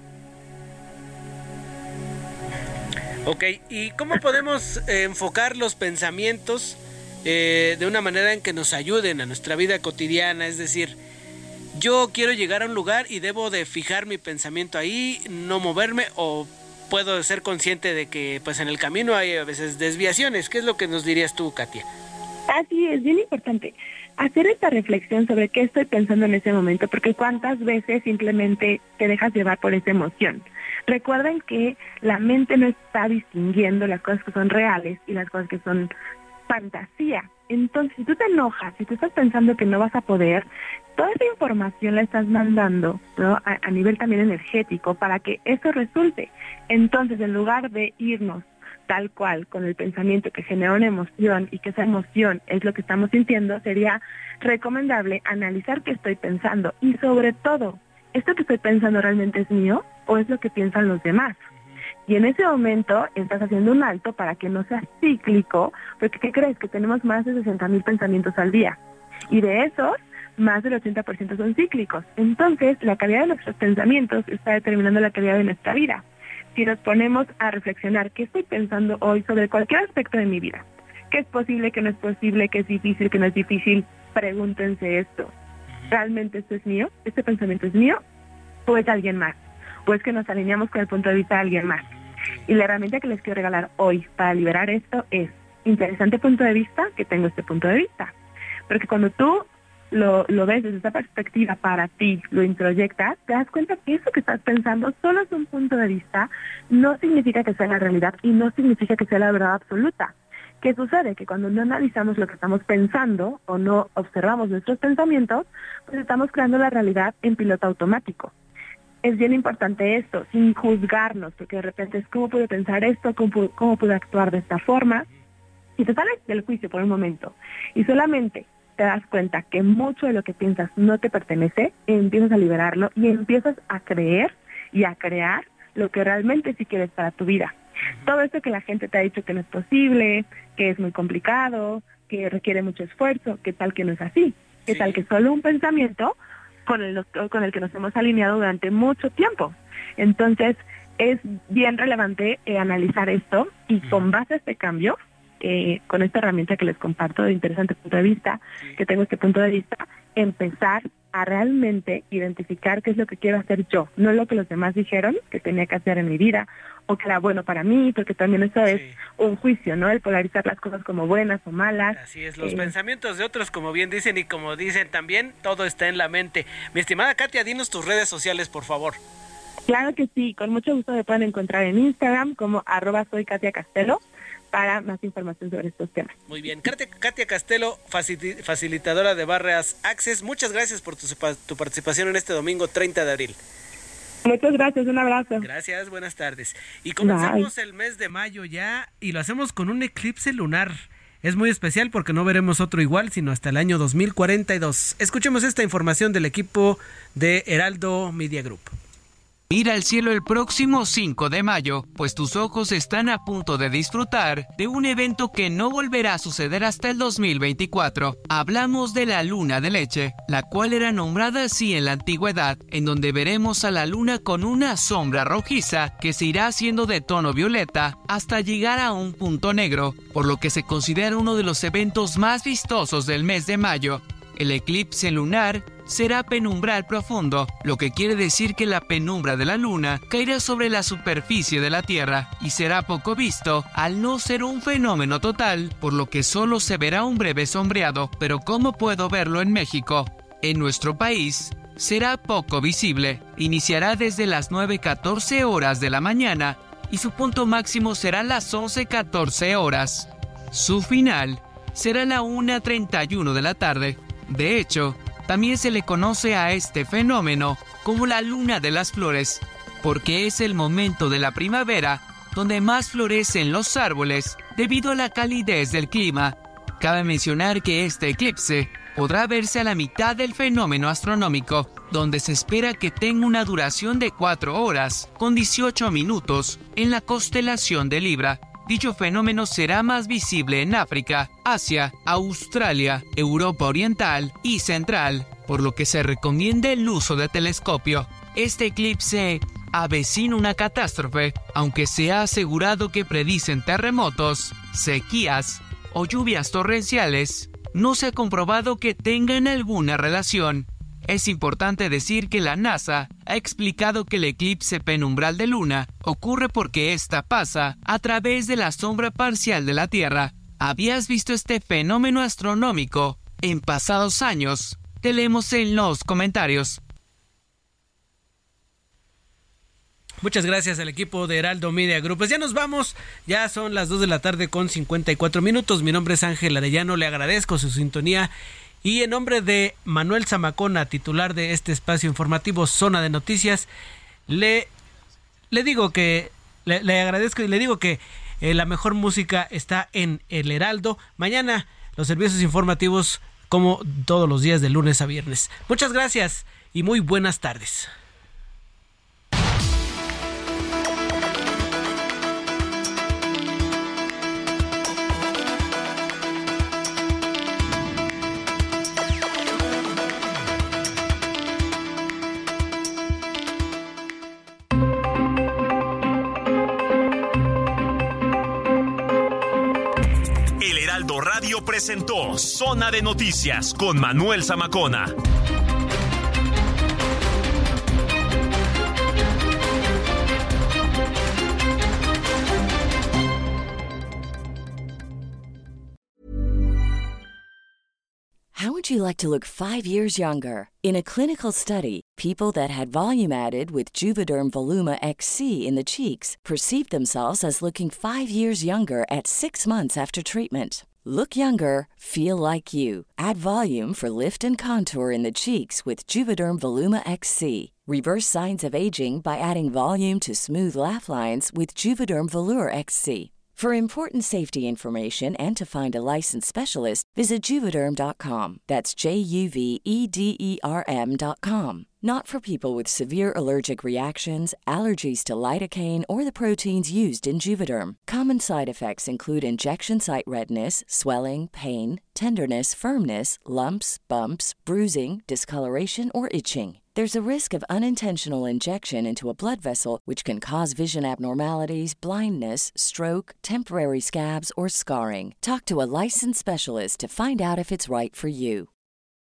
Ok, ¿y cómo podemos enfocar los pensamientos de una manera en que nos ayuden a nuestra vida cotidiana? Es decir, yo quiero llegar a un lugar y debo de fijar mi pensamiento ahí, no moverme, o puedo ser consciente de que pues en el camino hay a veces desviaciones. ¿Qué es lo que nos dirías tú, Katia? Así es, bien importante hacer esta reflexión sobre qué estoy pensando en ese momento, porque cuántas veces simplemente te dejas llevar por esa emoción. Recuerden que la mente no está distinguiendo las cosas que son reales y las cosas que son fantasía. Entonces, si tú te enojas, si tú estás pensando que no vas a poder, toda esa información la estás mandando, ¿no?, a nivel también energético para que eso resulte. Entonces, en lugar de irnos tal cual con el pensamiento que genera una emoción y que esa emoción es lo que estamos sintiendo, sería recomendable analizar qué estoy pensando y sobre todo, ¿esto que estoy pensando realmente es mío o es lo que piensan los demás? Y en ese momento estás haciendo un alto para que no sea cíclico, porque ¿qué crees? Que tenemos más de 60,000 pensamientos al día. Y de esos, más del 80% son cíclicos. Entonces, la calidad de nuestros pensamientos está determinando la calidad de nuestra vida. Si nos ponemos a reflexionar qué estoy pensando hoy sobre cualquier aspecto de mi vida, qué es posible, qué no es posible, qué es difícil, qué no es difícil, pregúntense esto. ¿Realmente esto es mío? ¿Este pensamiento es mío? ¿O es de alguien más? ¿O es que nos alineamos con el punto de vista de alguien más? Y la herramienta que les quiero regalar hoy para liberar esto es: interesante punto de vista, que tengo este punto de vista. Porque cuando tú lo ves desde esa perspectiva para ti, lo introyectas, te das cuenta que eso que estás pensando solo es un punto de vista, no significa que sea la realidad y no significa que sea la verdad absoluta. ¿Qué sucede? Que cuando no analizamos lo que estamos pensando o no observamos nuestros pensamientos, pues estamos creando la realidad en piloto automático. Es bien importante esto, sin juzgarnos, porque de repente es ¿cómo puedo pensar esto? ¿Cómo puedo actuar de esta forma? Si te sales del juicio por un momento y solamente te das cuenta que mucho de lo que piensas no te pertenece, empiezas a liberarlo y empiezas a creer y a crear lo que realmente sí quieres para tu vida. Todo esto que la gente te ha dicho que no es posible, que es muy complicado, que requiere mucho esfuerzo, ¿qué tal que no es así? ¿Qué tal que solo un pensamiento con el que nos hemos alineado durante mucho tiempo? Entonces, es bien relevante analizar esto y con base a este cambio, con esta herramienta que les comparto de interesante punto de vista, que tengo este punto de vista, empezar a realmente identificar qué es lo que quiero hacer yo, no lo que los demás dijeron que tenía que hacer en mi vida o que era bueno para mí, porque también eso es un juicio, ¿no? El polarizar las cosas como buenas o malas. Así es, los pensamientos de otros, como bien dicen, y como dicen también, todo está en la mente. Mi estimada Katia, dinos tus redes sociales, por favor. Claro que sí, con mucho gusto me pueden encontrar en Instagram como @soyKatiaCastelo para más información sobre estos temas. Muy bien, Katia Castelo, facilitadora de Barras Access, muchas gracias por tu participación en este domingo 30 de abril. Muchas gracias, un abrazo. Gracias, buenas tardes. Y comenzamos el mes de mayo ya y lo hacemos con un eclipse lunar. Es muy especial porque no veremos otro igual sino hasta el año 2042. Escuchemos esta información del equipo de Heraldo Media Group. Mira al cielo el próximo 5 de mayo, pues tus ojos están a punto de disfrutar de un evento que no volverá a suceder hasta el 2024. Hablamos de la luna de leche, la cual era nombrada así en la antigüedad, en donde veremos a la luna con una sombra rojiza que se irá haciendo de tono violeta hasta llegar a un punto negro, por lo que se considera uno de los eventos más vistosos del mes de mayo. El eclipse lunar será penumbral profundo, lo que quiere decir que la penumbra de la luna caerá sobre la superficie de la Tierra y será poco visto al no ser un fenómeno total, por lo que solo se verá un breve sombreado. Pero ¿cómo puedo verlo en México? En nuestro país será poco visible. Iniciará desde las 9:14 horas de la mañana y su punto máximo será las 11:14 horas. Su final será la 1:31 de la tarde. De hecho, también se le conoce a este fenómeno como la luna de las flores, porque es el momento de la primavera donde más florecen los árboles debido a la calidez del clima. Cabe mencionar que este eclipse podrá verse a la mitad del fenómeno astronómico, donde se espera que tenga una duración de 4 horas con 18 minutos en la constelación de Libra. Dicho fenómeno será más visible en África, Asia, Australia, Europa Oriental y Central, por lo que se recomienda el uso de telescopio. Este eclipse avecina una catástrofe, aunque se ha asegurado que predicen terremotos, sequías o lluvias torrenciales. No se ha comprobado que tengan alguna relación. Es importante decir que la NASA ha explicado que el eclipse penumbral de luna ocurre porque ésta pasa a través de la sombra parcial de la Tierra. ¿Habías visto este fenómeno astronómico en pasados años? Te leemos en los comentarios. Muchas gracias al equipo de Heraldo Media Group. Pues ya nos vamos, ya son las 2 de la tarde con 54 minutos. Mi nombre es Ángel Arellano, le agradezco su sintonía. Y en nombre de Manuel Zamacona, titular de este espacio informativo Zona de Noticias, le digo que le agradezco y le digo que la mejor música está en El Heraldo. Mañana los servicios informativos como todos los días de lunes a viernes. Muchas gracias y muy buenas tardes. Radio presentó Zona de Noticias con Manuel Zamacona. How would you like to look 5 years younger? In a clinical study, people that had volume added with Juvederm Voluma XC in the cheeks perceived themselves as looking 5 years younger at 6 months after treatment. Look younger, feel like you. Add volume for lift and contour in the cheeks with Juvederm Voluma XC. Reverse signs of aging by adding volume to smooth laugh lines with Juvederm Volure XC. For important safety information and to find a licensed specialist, visit Juvederm.com. That's JUVEDERM.com. Not for people with severe allergic reactions, allergies to lidocaine, or the proteins used in Juvederm. Common side effects include injection site redness, swelling, pain, tenderness, firmness, lumps, bumps, bruising, discoloration, or itching. There's a risk of unintentional injection into a blood vessel, which can cause vision abnormalities, blindness, stroke, temporary scabs, or scarring. Talk to a licensed specialist to find out if it's right for you.